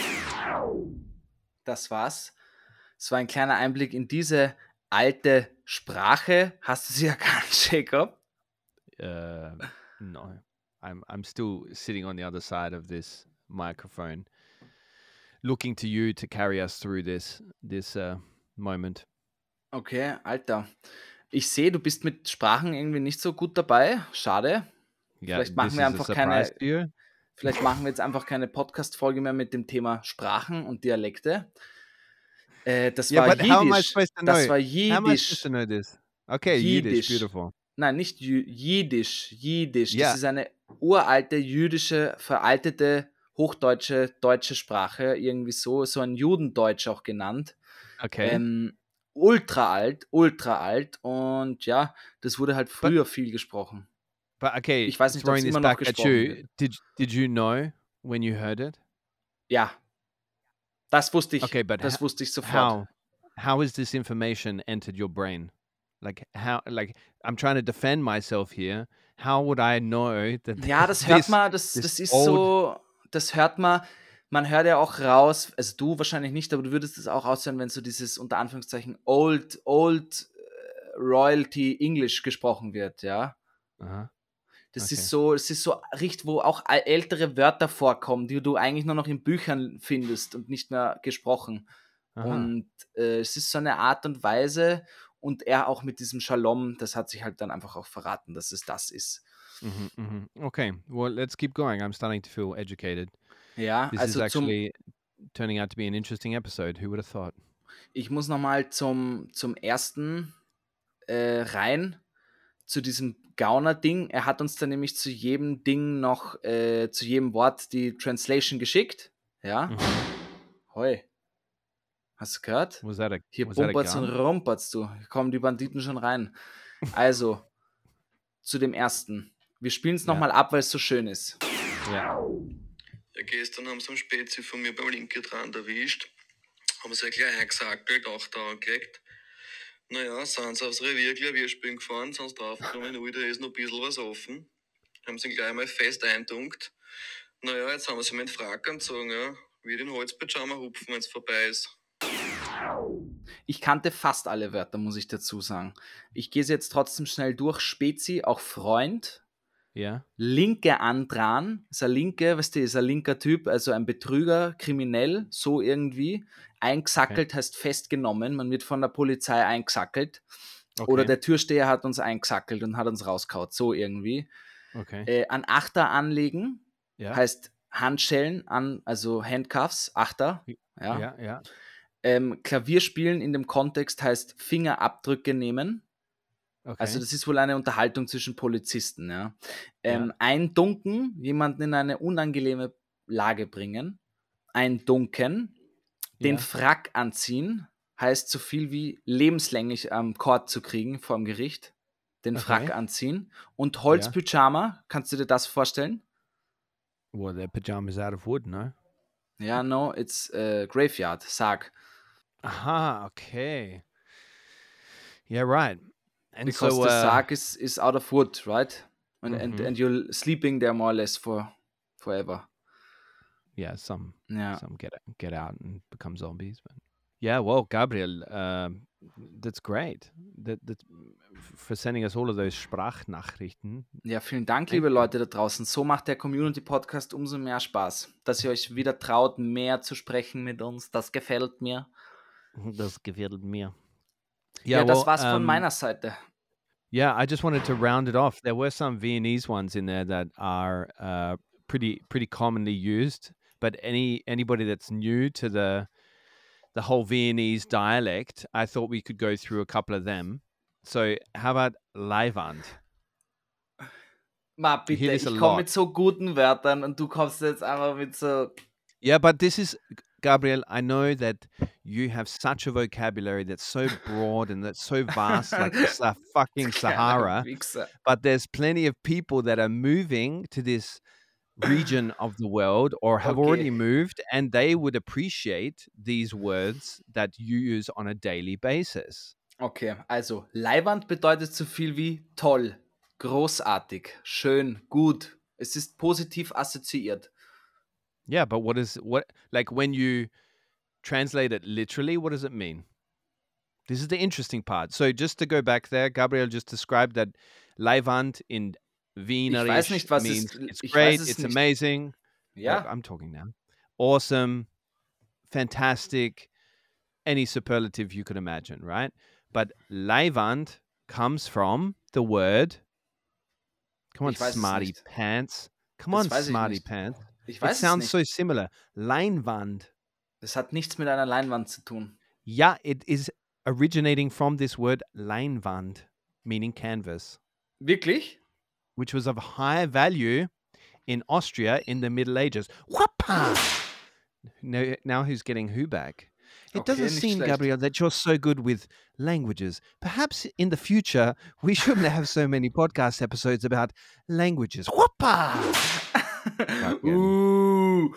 Das war's. Es war ein kleiner Einblick in diese alte Sprache. Hast du sie erkannt, Jacob? Uh, no, I'm I'm still sitting on the other side of this microphone, looking to you to carry us through this this uh, moment. Okay, Alter. Ich sehe, du bist mit Sprachen irgendwie nicht so gut dabei. Schade. Yeah, Vielleicht machen this wir is a einfach surprise keine. to you. Vielleicht machen wir jetzt einfach keine Podcast-Folge mehr mit dem Thema Sprachen und Dialekte. Äh, das Yeah, war but how am I Jiddisch. supposed to Das know? war How am I supposed Jiddisch. to know this? Okay, Yiddish, Jiddisch. beautiful. Nein, nicht Jü Jiddisch. Jiddisch. Ja. Das ist eine uralte jüdische, veraltete, hochdeutsche, deutsche Sprache. Irgendwie so. So ein Judendeutsch auch genannt. Okay. Ähm, ultra alt, ultra alt. Und ja, das wurde halt früher viel gesprochen. But okay, Ich weiß nicht, ob throwing es this immer noch back at gesprochen you, wird. did did you know when you heard it? Ja. Das wusste ich. Okay, but das ho- wusste ich sofort. How how has this information entered your brain? Like how like I'm trying to defend myself here. How would I know that Ja, das hört this- man, das, this das ist old- so, das hört man, man hört ja auch raus, also du wahrscheinlich nicht, aber du würdest es auch aushören, wenn so dieses unter Anführungszeichen Old, Old äh, Royalty English gesprochen wird, ja. Uh-huh. Das Okay. ist so, es ist so richtig, wo auch al- ältere Wörter vorkommen, die du eigentlich nur noch in Büchern findest und nicht mehr gesprochen. Aha. Und äh, es ist so eine Art und Weise und er auch mit diesem Shalom, das hat sich halt dann einfach auch verraten, dass es das ist. Mhm, mhm. Okay, well, let's keep going. I'm starting to feel educated. Ja, This is also zum, actually turning out to be an interesting episode. Who would have thought? ich muss nochmal zum, zum ersten äh, rein, zu diesem Gauner-Ding. Er hat uns dann nämlich zu jedem Ding noch, äh, zu jedem Wort die Translation geschickt. Ja. Mhm. Hoi. Hast du gehört? Was that a, Hier was that a bumpert's und gun? rumpert's du. Hier kommen die Banditen schon rein. Also, zu dem ersten. Wir spielen es Ja. nochmal ab, weil es so schön ist. Yeah. Ja, gestern haben sie einen Spezi von mir beim linken dran erwischt. Haben sie gleich eingesackelt, auch da angelegt. Naja, sind sie aufs Revier gleich wir spielen gefahren, sind sie draufgekommen, ui, da ist noch ein bisschen was offen. Haben sie ihn gleich mal fest eindunkt. Naja, jetzt haben sie mir den Frack angezogen, ja. Wie den Holzpyjama hupfen, wenn es vorbei ist. Ich kannte fast alle Wörter, muss ich dazu sagen. Ich gehe es jetzt trotzdem schnell durch. Spezi, auch Freund. Yeah. Linke andran, ist ein Linke, weißt du, ist ein linker Typ, also ein Betrüger, kriminell, so irgendwie. Eingesackelt heißt festgenommen, man wird von der Polizei eingesackelt. Okay. Oder der Türsteher hat uns eingesackelt und hat uns rausgehauen, so irgendwie. Okay. Äh, an Achter anlegen Ja. heißt Handschellen an, also Handcuffs, Achter. Ja. Ja, ja. Ähm, Klavierspielen in dem Kontext heißt Fingerabdrücke nehmen. Okay. Also das ist wohl eine Unterhaltung zwischen Polizisten. Ja. Ähm, Ja. Eindunken, jemanden in eine unangenehme Lage bringen. Eindunken, den Ja. Frack anziehen, heißt so viel wie lebenslänglich am Court zu kriegen vor dem Gericht. Den Okay. Frack anziehen. Und Holzpyjama, kannst du dir das vorstellen? Well, their pajamas out of wood, no? Ja, no, it's uh, Graveyard, Sarg. Aha, okay. Yeah, right. And Because so, the uh, sarg is, is out of wood, right? And, and, Mhm. and you're sleeping there more or less for forever. yeah, some Ja. some get get out and become zombies. But yeah, well, Gabriel, um, that's great. That that for sending us all of those Sprachnachrichten. Ja, vielen Dank, liebe Leute da draußen. So macht der Community-Podcast umso mehr Spaß. Dass ihr euch wieder traut, mehr zu sprechen mit uns. Das gefällt mir. Das gefällt mir. Ja, das well, war's von um, meiner Seite. Yeah, I just wanted to round it off. There were some Viennese ones in there that are uh, pretty pretty commonly used, but any anybody that's new to the the whole Viennese dialect, I thought we could go through a couple of them. So, how about Leihwand? Ma, You bitte, hear ich this a komme lot. mit so guten Wörtern und du kommst jetzt einfach mit so... Yeah, but this is Gabriel. I know that you have such a vocabulary that's so broad and that's so vast, like the Sa- fucking Sahara. Wichser. But there's plenty of people that are moving to this region of the world or have Okay. already moved, and they would appreciate these words that you use on a daily basis. Okay, also Leihwand bedeutet so viel wie toll, großartig, schön, gut. Es ist positiv assoziiert. Yeah, but what is what like when you translate it literally, what does it mean? This is the interesting part. So just to go back there, Gabriel just described that Leihwand in Wienerisch weiß nicht, was es- means it's ich great, weiß es it's nicht. amazing. Ja, I'm talking now. Awesome, fantastic, any superlative you could imagine, right? But Leihwand comes from the word. Come on, Ich weiß es smarty nicht. pants. Come Das on, weiß ich smarty nicht. pants. ich It weiß es sounds nicht. so similar. Leinwand. Das hat nichts mit einer Leinwand zu tun. Yeah, it is originating from this word Leinwand, meaning canvas, Wirklich? which was of high value in Austria in the Middle Ages. Whoppa! Now, now who's getting who back? It Okay, doesn't nicht seem, schlecht. Gabriel, that you're so good with languages. Perhaps in the future, we shouldn't have so many podcast episodes about languages. Whoppa! Uh,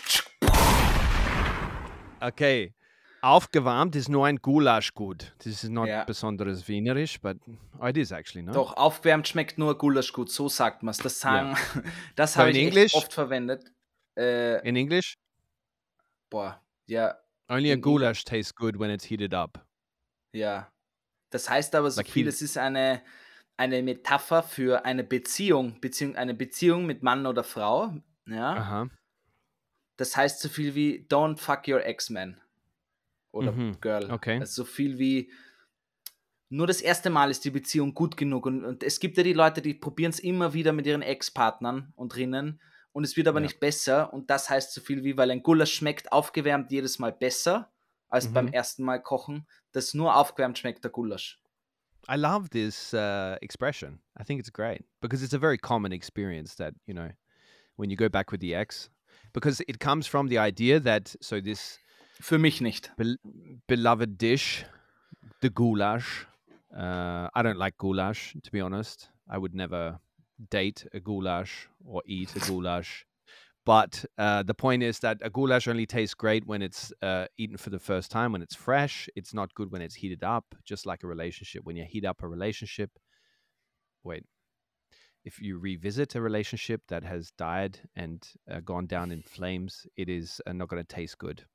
Okay. Aufgewärmt is nur ein Gulaschgut. This is not Ja. besonderes Wienerisch, but oh, it is actually, no? Doch, aufgewärmt schmeckt nur Gulasch gut, so sagt man es. Das sagen, das So habe in ich English? echt oft verwendet. Äh, In English, boah, ja, only a in Eng- goulash tastes good when it's heated up. ja. Das heißt aber so Like viel, he- es ist eine, eine Metapher für eine Beziehung, Beziehung, eine Beziehung mit Mann oder Frau. Ja. Uh-huh. Das heißt so viel wie don't fuck your ex-man. oder Mhm. Girl. Okay. Also so viel wie nur das erste Mal ist die Beziehung gut genug. Und, und es gibt ja die Leute, die probieren es immer wieder mit ihren Ex-Partnern und drinnen und es wird aber Ja. nicht besser. Und das heißt so viel wie, weil ein Gulasch schmeckt aufgewärmt jedes Mal besser als beim Mhm. ersten Mal kochen. Das nur aufgewärmt schmeckt der Gulasch. I love this uh, expression. I think it's great because it's a very common experience that, you know, when you go back with the ex, because it comes from the idea that, so this Für mich nicht. bel beloved dish, the goulash. Uh, I don't like goulash, to be honest. I would never date a goulash or eat a goulash. But uh, the point is that a goulash only tastes great when it's uh, eaten for the first time, when it's fresh. It's not good when it's heated up, just like a relationship. When you heat up a relationship, wait, if you revisit a relationship that has died and uh, gone down in flames, it is uh, not going to taste good.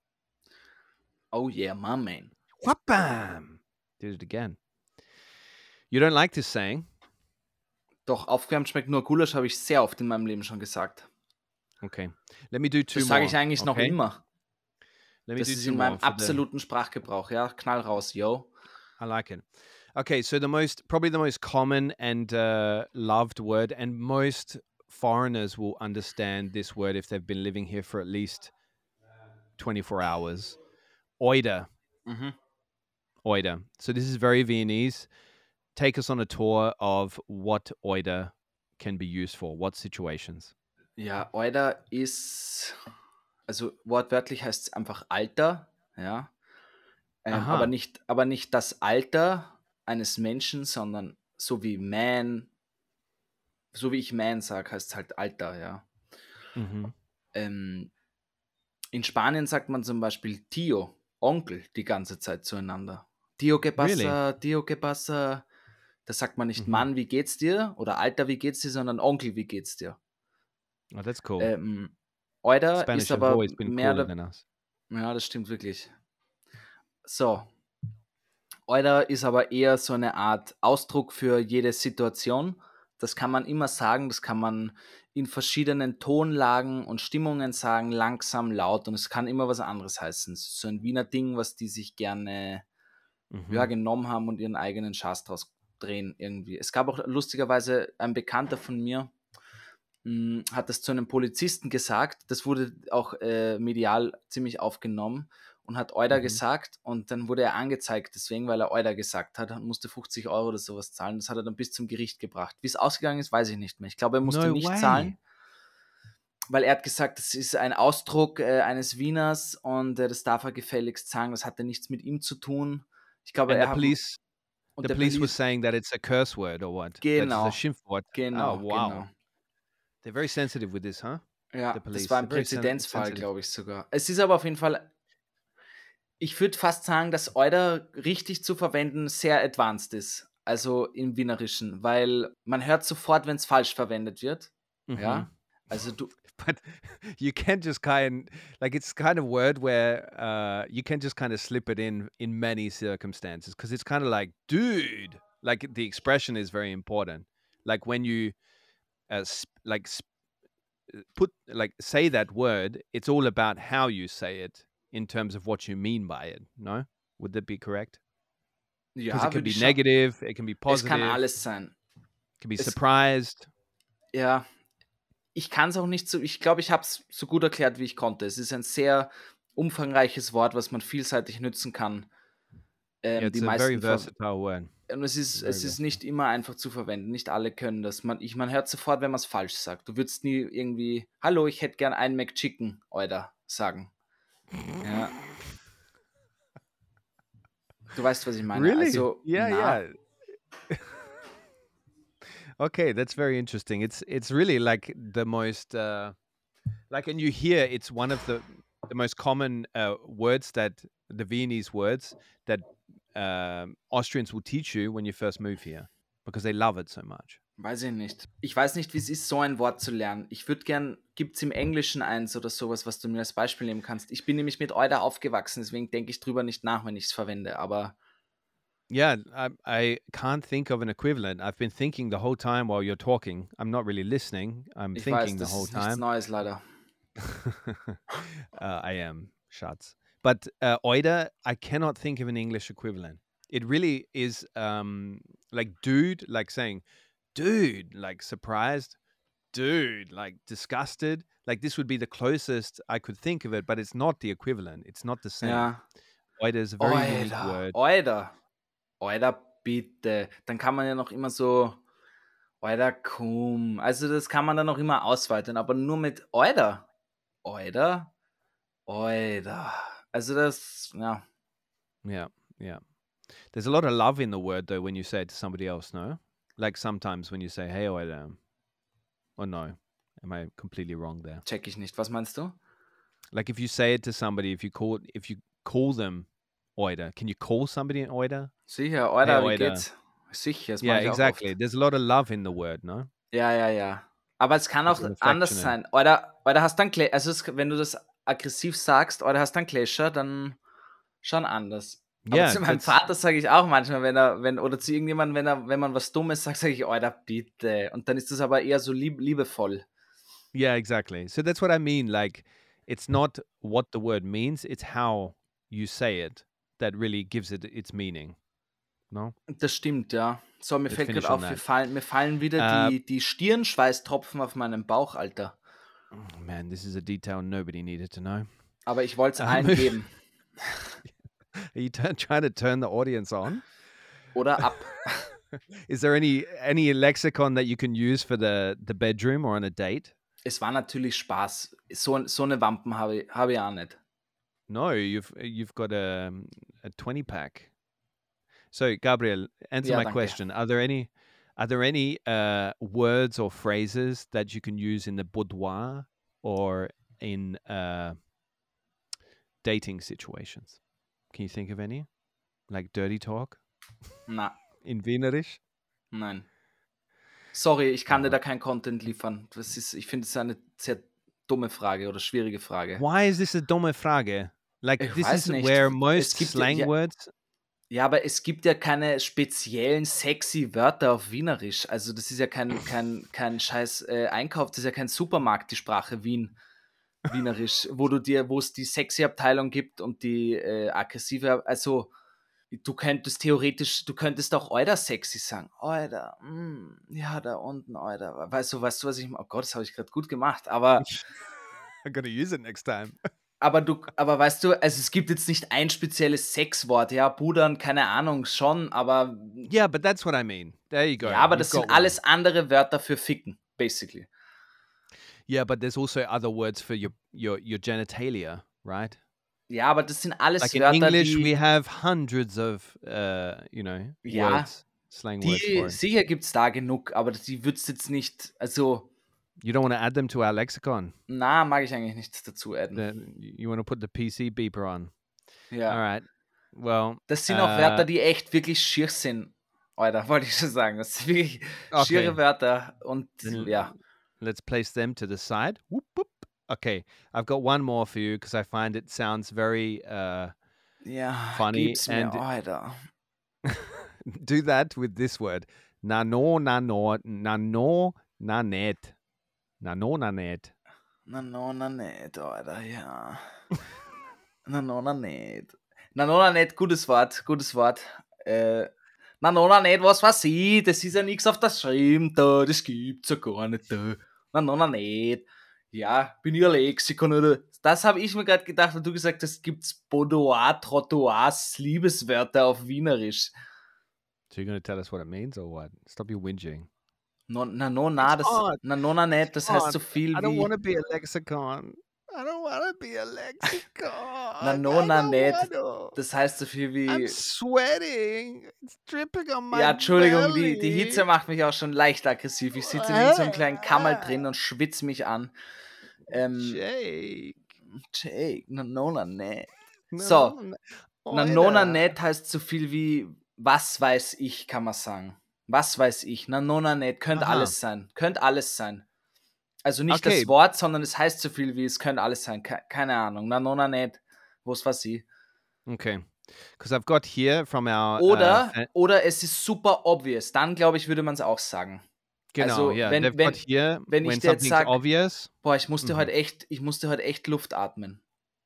Oh yeah, my man. Wham! Did it again. You don't like this saying? Doch, aufgewärmt schmeckt nur Gulasch, habe ich sehr oft in meinem Leben schon gesagt. Okay. Let me do two Das more. sage ich eigentlich noch okay? immer. Let me Das do ist two in more meinem for the- absoluten Sprachgebrauch. Ja, knall raus, yo. I like it. Okay, so the most, probably the most common and uh, loved word, and most foreigners will understand this word if they've been living here for at least twenty-four hours. Oida. Mhm. Oida. So this is very Viennese. Take us on a tour of what oida can be used for, what situations. Ja, Oida ist, also wortwörtlich heißt es einfach Alter, ja. Ähm, Aha. aber, nicht, aber nicht das Alter eines Menschen, sondern so wie Man, so wie ich Man sage, heißt es halt Alter, ja. Mhm. Ähm, in Spanien sagt man zum Beispiel Tío, Onkel, die ganze Zeit zueinander. Tío, ¿qué pasa? Tío, ¿qué pasa? Da sagt man nicht Mhm. Mann, wie geht's dir? Oder Alter, wie geht's dir? Sondern Onkel, wie geht's dir? Oh, that's cool. Ähm, Oida Spanish ist have aber always been mehr cooler oder than us. Ja, das stimmt wirklich. So. Oida ist aber eher so eine Art Ausdruck für jede Situation. Das kann man immer sagen, das kann man in verschiedenen Tonlagen und Stimmungen sagen, langsam, laut, und es kann immer was anderes heißen. Es ist so ein Wiener Ding, was die sich gerne Mhm. ja, genommen haben und ihren eigenen Schatz draus drehen irgendwie. Es gab auch lustigerweise ein Bekannter von mir, mh, hat das zu einem Polizisten gesagt, das wurde auch äh, medial ziemlich aufgenommen und hat Oida Mhm. gesagt und dann wurde er angezeigt, deswegen, weil er Oida gesagt hat und musste fünfzig Euro oder sowas zahlen. Das hat er dann bis zum Gericht gebracht. Wie es ausgegangen ist, weiß ich nicht mehr. Ich glaube, er musste No nicht way. zahlen, weil er hat gesagt, das ist ein Ausdruck äh, eines Wieners und äh, das darf er gefälligst sagen, das hatte nichts mit ihm zu tun. Ich glaube, And er the hat... police, und the der police was Police- saying that it's a curse word or what? That Genau. it's a Schimpfwort. Genau, Oh, wow. genau. They're very sensitive with this, huh? Ja, The police, das war ein they're very sen- Präzedenzfall, sensitive. glaube ich sogar. Es ist aber auf jeden Fall, ich würde fast sagen, dass Oida richtig zu verwenden sehr advanced ist, also im Wienerischen, weil man hört sofort, wenn es falsch verwendet wird. Mhm. Ja, also du, But you can't just kind like it's kind of word where uh, you can just kind of slip it in in many circumstances because it's kind of like, dude, like the expression is very important. Like when you uh, sp- like sp- put like say that word, it's all about how you say it in terms of what you mean by it. No, would that be correct? Because ja, it can würde be ich schon, negative, it can be es positive, kann it alles sein. can be es- surprised. Ja, ich kann es auch nicht so, ich glaube, ich habe es so gut erklärt, wie ich konnte. Es ist ein sehr umfangreiches Wort, was man vielseitig nützen kann. Ähm, Yeah, it's die a very meisten ver- versatile word. Und es ist, Very es ist nicht immer einfach zu verwenden. Nicht alle können das. Man, ich, man hört sofort, wenn man es falsch sagt. Du würdest nie irgendwie, hallo, ich hätte gern einen McChicken, Oida, sagen. Ja. Du weißt, was ich meine. Really? Also, yeah, na, yeah. Okay, that's very interesting. It's it's really like the most uh, like, and you hear it's one of the the most common uh, words that the Viennese words that um, Austrians will teach you when you first move here because they love it so much. weiß ich nicht. Ich weiß nicht, wie es ist, so ein Wort zu lernen. Ich würde gern, gibt es im Englischen eins oder sowas, was du mir als Beispiel nehmen kannst? Ich bin nämlich mit Oida aufgewachsen, deswegen denke ich drüber nicht nach, wenn ich es verwende. Aber Yeah, I, I can't think of an equivalent. I've been thinking the whole time while you're talking. I'm not really listening. I'm ich weiß, thinking the das whole ist nichts time. Neues leider. uh, I am, Schatz. But uh, oida, I cannot think of an English equivalent. It really is um, like dude, like saying, dude, like surprised, dude, like disgusted. Like this would be the closest I could think of it, but it's not the equivalent. It's not the same. Ja. Oida is a very unique Oida, word. Oida, Oida, bitte. Dann kann man ja noch immer so, Oida, komm. Also das kann man dann noch immer ausweiten, aber nur mit Oida. Oida, Oida. Also das, ja. Yeah, yeah. There's a lot of love in the word though when you say it to somebody else, no? Like sometimes when you say, hey, oida. Or no? Am I completely wrong there? Check ich nicht. Was meinst du? Like if you say it to somebody, if you call if you call them oida, can you call somebody an oida? Sicher, Oida, Hey, wie oida. geht's? Sicher, das Yeah, mache ich auch exactly. oft. There's a lot of love in the word, no? Ja, ja, ja. Aber es kann auch Also anders affectionate. sein. Oder, oder hast dann, Cla- also es, wenn du das aggressiv sagst, oder hast dann Clasher, dann schon anders. Aber Yeah, zu meinem that's- Vater sage ich auch manchmal, wenn er, wenn, oder zu irgendjemandem, wenn er, wenn man was Dummes sagt, sage ich, Alter, bitte. Und dann ist das aber eher so lieb, liebevoll. Yeah, exactly. So that's what I mean. Like, it's not what the word means; it's how you say it that really gives it its meaning. No. Das stimmt, ja. So, mir Let's fällt finish gerade on auf, mir that. fallen, mir fallen wieder Äh, die, die Stirnschweißtropfen auf meinem Bauch, Alter. Oh, man, this is a detail nobody needed to know. Aber ich wollte es Ähm, allen geben. Are you t- trying to turn the audience on? Oder ab. Is there any any lexicon that you can use for the the bedroom or on a date? Es war natürlich Spaß. So, so eine Wampen habe ich, habe ich auch nicht. No, you've you've got a a twenty pack. So, Gabriel, answer Ja, my danke. question. Are there any are there any uh, words or phrases that you can use in the boudoir or in uh, dating situations? Can you think of any? Like dirty talk Na, in Wienerisch? nein. Sorry, ich kann dir Ja. da kein Content liefern. Das ist, ich finde es eine sehr dumme Frage oder schwierige Frage. Why is this a dumme Frage? Like Ich this weiß is nicht. where Es most gibt ja- slang ja- words. Ja, aber es gibt ja keine speziellen sexy Wörter auf Wienerisch. Also das ist ja kein, kein, kein scheiß äh, Einkauf, das ist ja kein Supermarkt, die Sprache Wien. Wienerisch, wo du dir, wo es die sexy Abteilung gibt und die äh, aggressive, also du könntest theoretisch, du könntest auch Euder sexy sagen. Euder, mm, ja, da unten Euder. Weißt du, weißt du, was ich, oh Gott, das habe ich gerade gut gemacht, aber I'm gonna use it next time. Aber du, aber weißt du, also es gibt jetzt nicht ein spezielles Sexwort, ja, Budern, keine Ahnung, schon, aber Yeah, but that's what I mean. There you go. ja, aber You've das got sind one. alles andere Wörter für ficken, basically. Yeah, but there's also other words for your your your genitalia, right? Ja, aber das sind alles Like in Wörter, English, die, we have hundreds of uh, you know, Ja, words, slang words die for it. sicher gibt es da genug, aber die würdest jetzt nicht, also, You don't want to add them to our lexicon. na, mag ich eigentlich nichts dazu adden. Then you want to put the P C beeper on. Ja. All right. Well, Das sind auch äh, Wörter, die echt wirklich schier sind. Alter, wollte ich schon sagen. Das sind wirklich Okay. schiere Wörter und Then ja. let's place them to the side. Whoop, whoop. Okay, I've got one more for you because I find it sounds very uh, Ja, funny gib's mir, and- Alter. do that with this word. Nano, nano, nano, nanet. Nano, nanet. Na, no, na, nicht, Alter, ja. Na, no, na, nicht. Na, no, na, nicht, gutes Wort, gutes Wort. Äh, na, no, na, nicht, was weiß ich, das ist ja nichts auf das Schreiben da, das gibt's ja gar nicht da. Na, no, na, nicht. Ja, bin ich ein Lexikon, oder? Das habe ich mir gerade gedacht, weil du gesagt hast, gibt's Boudoir, Trottoirs, Liebeswörter auf Wienerisch. So you're going to tell us what it means or what? Stop your whinging. No, na, no, na, It's das, hard. na, no, na, nicht, das It's heißt hard. so viel I don't wie... want to be a lexicon. I don't want to be a lexicon. Na, no, I na, don't nicht. wanna. Das heißt so viel wie... I'm sweating. It's dripping on my Ja, Entschuldigung, die, belly. die Hitze macht mich auch schon leicht aggressiv. Ich sitze in so einem kleinen Kammer drin und schwitze mich an. Ähm, Jake. Jake, na nona net. No, So, no, no. Na Alter. nona net heißt so viel wie was weiß ich, kann man sagen. Was weiß ich. Na nona net könnte Aha. alles sein. Könnte alles sein. Also nicht Okay. das Wort, sondern es heißt so viel wie es könnte alles sein. Ke keine Ahnung. Na nona net. Was weiß ich. Okay. Because I've got here from our. Oder, Uh, fa- oder es ist super obvious. Dann, glaube ich, würde man es auch sagen. genau, also, yeah. wenn- They've wenn- got here wenn ich when dir jetzt something's sag- obvious. Boah, ich musste Mhm. heute echt, ich musste heute echt Luft atmen.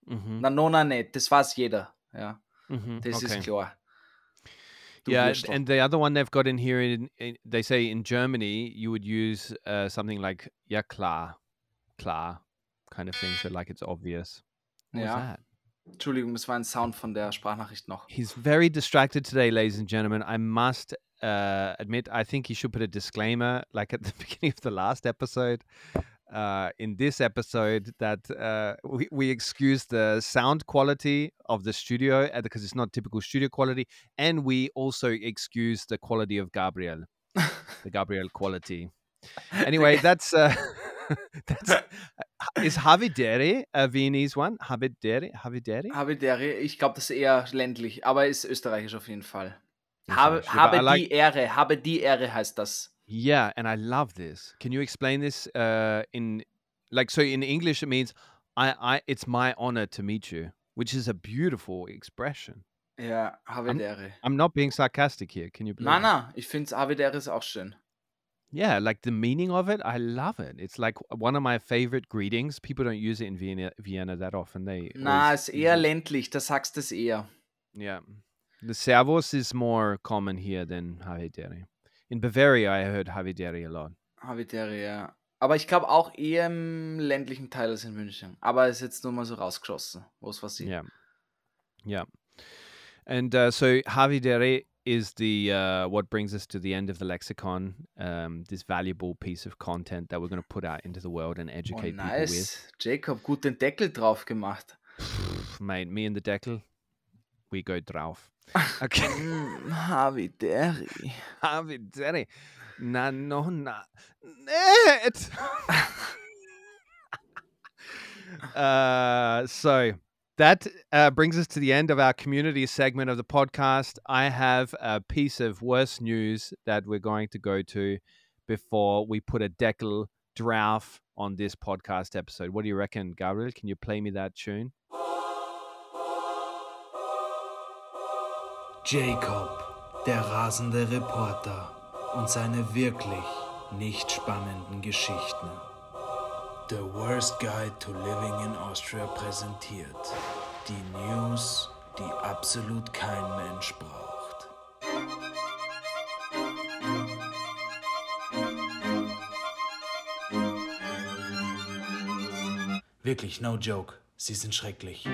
Mhm. Na, Nona nicht, das weiß jeder. Ja, Mhm. das Okay. ist klar. Du Yeah, Würstel. and the other one they've got in here, in, in, they say in Germany you would use uh, something like ja klar, klar, kind of thing, so like it's obvious. What was Ja. that? Entschuldigung, das war ein Sound von der Sprachnachricht noch. He's very distracted today, ladies and gentlemen. I must uh, admit, I think he should put a disclaimer, like at the beginning of the last episode, uh, in this episode, that uh, we, we excuse the sound quality of the studio uh, because it's not typical studio quality, and we also excuse the quality of Gabriel, the Gabriel quality. Anyway, that's uh, that's is Havidere a Viennese one? Havidere, Havidere. Havidere, ich glaube, das ist eher ländlich, aber ist österreichisch auf jeden Fall. Habe, Österreichisch, aber I habe like- die Ehre, habe die Ehre heißt das. Yeah, and I love this. Can you explain this uh, in like so in English it means I, I it's my honor to meet you, which is a beautiful expression. Ja, Havidere. I'm not being sarcastic here. Can you believe Nein, it? nein, ich finde Havidere ist auch schön. Yeah, like the meaning of it, I love it. It's like one of my favorite greetings. People don't use it in Vienna, Vienna that often. They Na, always ist eher use it. ländlich, da sagst du es eher. Yeah. The Servus is more common here than Havidere. In Bavaria, I heard Havidere a lot. Havidere, ja. Aber ich glaube auch eher im ländlichen Teil als in München. Aber ist jetzt nur mal so rausgeschossen, wo es was sieht. Yeah. Yeah. And uh, so Havidere is the uh, what brings us to the end of the lexicon, um, this valuable piece of content that we're going to put out into the world and Oh, educate people nice. Jacob, gut den Deckel drauf gemacht. with. Mate, me and the Deckel, we go drauf. Okay. Mm, Havidere. Havidere. Na, no, na. Net. uh, so that uh, brings us to the end of our community segment of the podcast. I have a piece of worst news that we're going to go to before we put a Deckel drauf on this podcast episode. What do you reckon, Gabriel? Can you play me that tune? Jacob, der rasende Reporter und seine wirklich nicht spannenden Geschichten. The Worst Guide to Living in Austria präsentiert die News, die absolut kein Mensch braucht. Wirklich, no joke, sie sind schrecklich.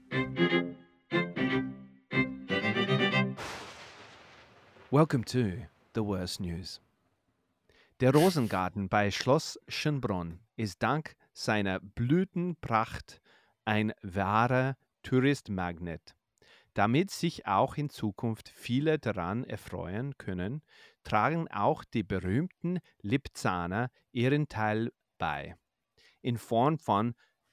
Welcome to the worst news. Der Rosengarten bei Schloss Schönbrunn ist dank seiner Blütenpracht ein wahrer Touristmagnet. Damit sich auch in Zukunft viele daran erfreuen können, tragen auch die berühmten Lipzzaner ihren Teil bei. In Form von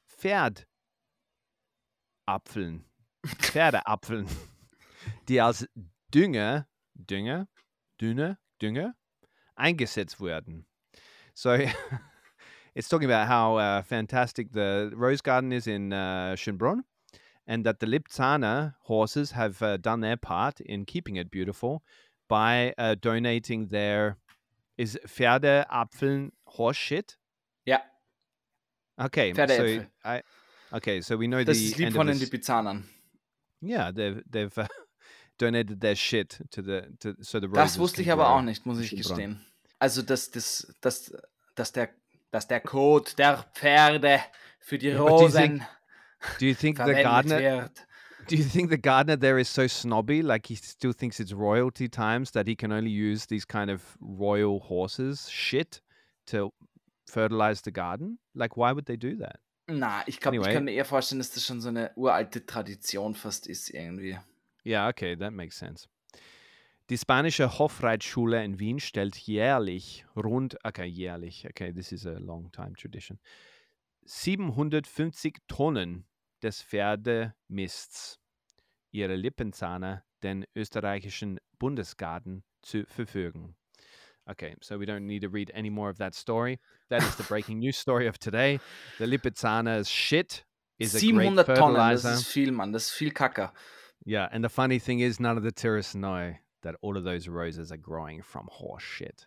Pferdapfeln, Pferdeapfeln, die als Dünger, Dünger, Dünger, Dünger eingesetzt werden. So it's talking about how uh, fantastic the rose garden is in uh, Schönbrunn, and that the Lipzzaner horses have uh, done their part in keeping it beautiful by uh, donating their is Pferdeapfeln horse shit. Ja, Okay, so Pferdeäpfel. I okay, so we know das the ist lieb end von of den this. Lipizzanern. Yeah, they've they've uh, donated their shit to the to so the Das roses wusste can ich aber grow auch nicht, muss in ich Schönbrunn. gestehen. Also, dass, dass, dass, dass, der, dass der Kot der Pferde für die Yeah, but do you think- Rosen Do you think the verwendet gardener wird. Do you think the gardener there is so snobby, like he still thinks it's royalty times, that he can only use these kind of royal horses shit to fertilize the garden? Like, why would they do that? Na, ich glaube, Anyway. ich kann mir eher vorstellen, dass das schon so eine uralte Tradition fast ist irgendwie. Yeah, okay, that makes sense. Die spanische Hofreitschule in Wien stellt jährlich rund, okay, jährlich, okay, this is a long time tradition, siebenhundertfünfzig Tonnen des Pferdemists ihre Lippenzahner den österreichischen Bundesgarten zu verfügen. Okay, so we don't need to read any more of that story. That is the breaking news story of today. The Lipizzaner's shit is a great siebenhundert Tonnen, das fertilizer. ist viel, Mann, das ist viel Kacker. Yeah, and the funny thing is, none of the tourists know that all of those roses are growing from horse shit.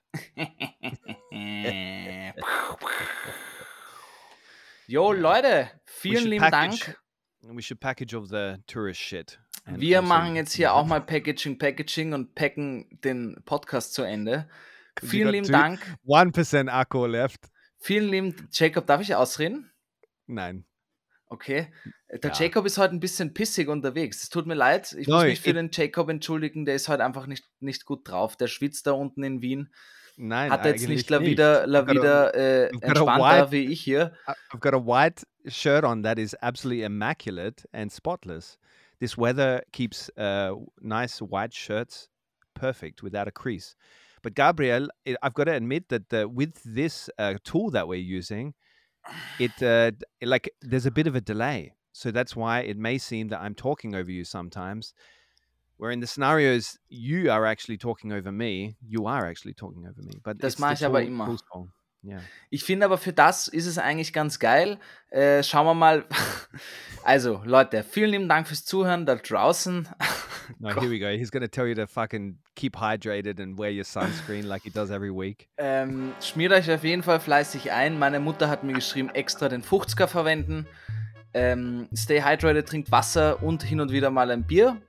Jo, Leute, We vielen should lieben package- Dank. We should package all the tourist shit. And Wir also- machen jetzt hier auch mal Packaging, Packaging und packen den Podcast zu Ende. 'Cause you Vielen got lieben two- Dank. one percent Akku left. Vielen lieben, Jacob, darf ich ausreden? Nein. Okay. Der Ja. Jacob ist heute ein bisschen pissig unterwegs. Es tut mir leid. Ich No, muss mich für it- den Jacob entschuldigen. Der ist heute einfach nicht, nicht gut drauf. Der schwitzt da unten in Wien. Nein, Hat er jetzt eigentlich nicht la wieder, la I've got a- wieder äh, I've got a entspannter white- wie ich hier. I- I've got a white shirt on that is absolutely immaculate and spotless. This weather keeps uh, nice white shirts perfect without a crease. But Gabriel, I- I've got to admit that uh, with this uh, tool that we're using, it uh, d- like there's a bit of a delay. So that's why it may seem that I'm talking over you sometimes. Where in the scenarios you are actually talking over me, you are actually talking over me. But Das it's mache the ich aber tool- immer. tool's fault. Yeah. Ich finde aber für das ist es eigentlich ganz geil. Äh, schauen wir mal. Also, Leute, vielen lieben Dank fürs Zuhören da draußen. No, here we go. He's going to tell you to fucking keep hydrated and wear your sunscreen like he does every week. Ähm, schmiert euch auf jeden Fall fleißig ein. Meine Mutter hat mir geschrieben, extra den fünfziger verwenden. Ähm, stay hydrated, trinkt Wasser und hin und wieder mal ein Bier.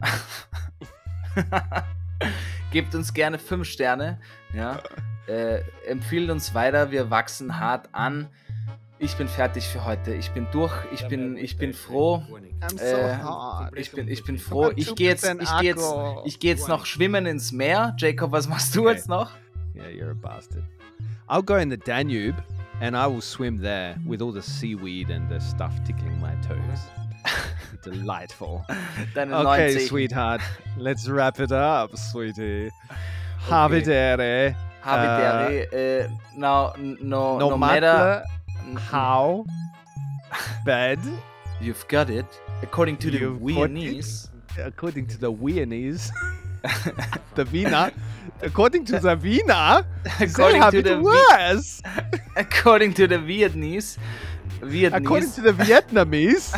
Gebt uns gerne fünf Sterne. Ja. Äh, empfiehlt uns weiter. Wir wachsen hart an. Ich bin fertig für heute. Ich bin durch. Ich bin, ich bin froh. I'm Äh, ich bin, ich bin froh. Ich gehe jetzt, ich gehe jetzt, ich gehe jetzt noch schwimmen ins Meer. Jacob, was machst du Okay. jetzt noch? Yeah, you're a bastard. I'll go in the Danube and I will swim there with all the seaweed and the stuff tickling my toes. Delightful. Deine Okay, neunzig. sweetheart. Let's wrap it up, sweetie. Havidere. Habitere, äh, no, no, No, no matter matter how bad, you've got it, according to the You've got it. Viennese. according to the Viennese, the Wiener, according to the Wiener, they According have to it the Vi- worse. According to the Viennese. According Viennese. to the Vietnamese,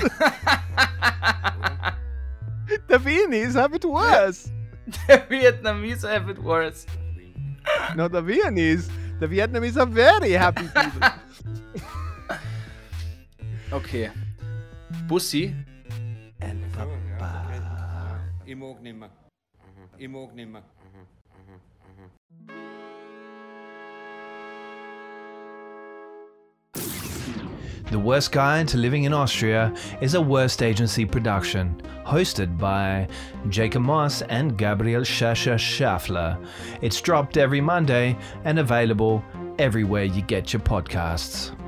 the Viennese have it worse. The Vietnamese have it worse. Not the Viennese. The Vietnamese are very happy people. Okay. Bussi. Ich mag nimmer. Ich mag nimmer. The Worst Guide to Living in Austria is a Worst Agency production, hosted by Jacob Moss and Gabriel Schascher Schaffler. It's dropped every Monday and available everywhere you get your podcasts.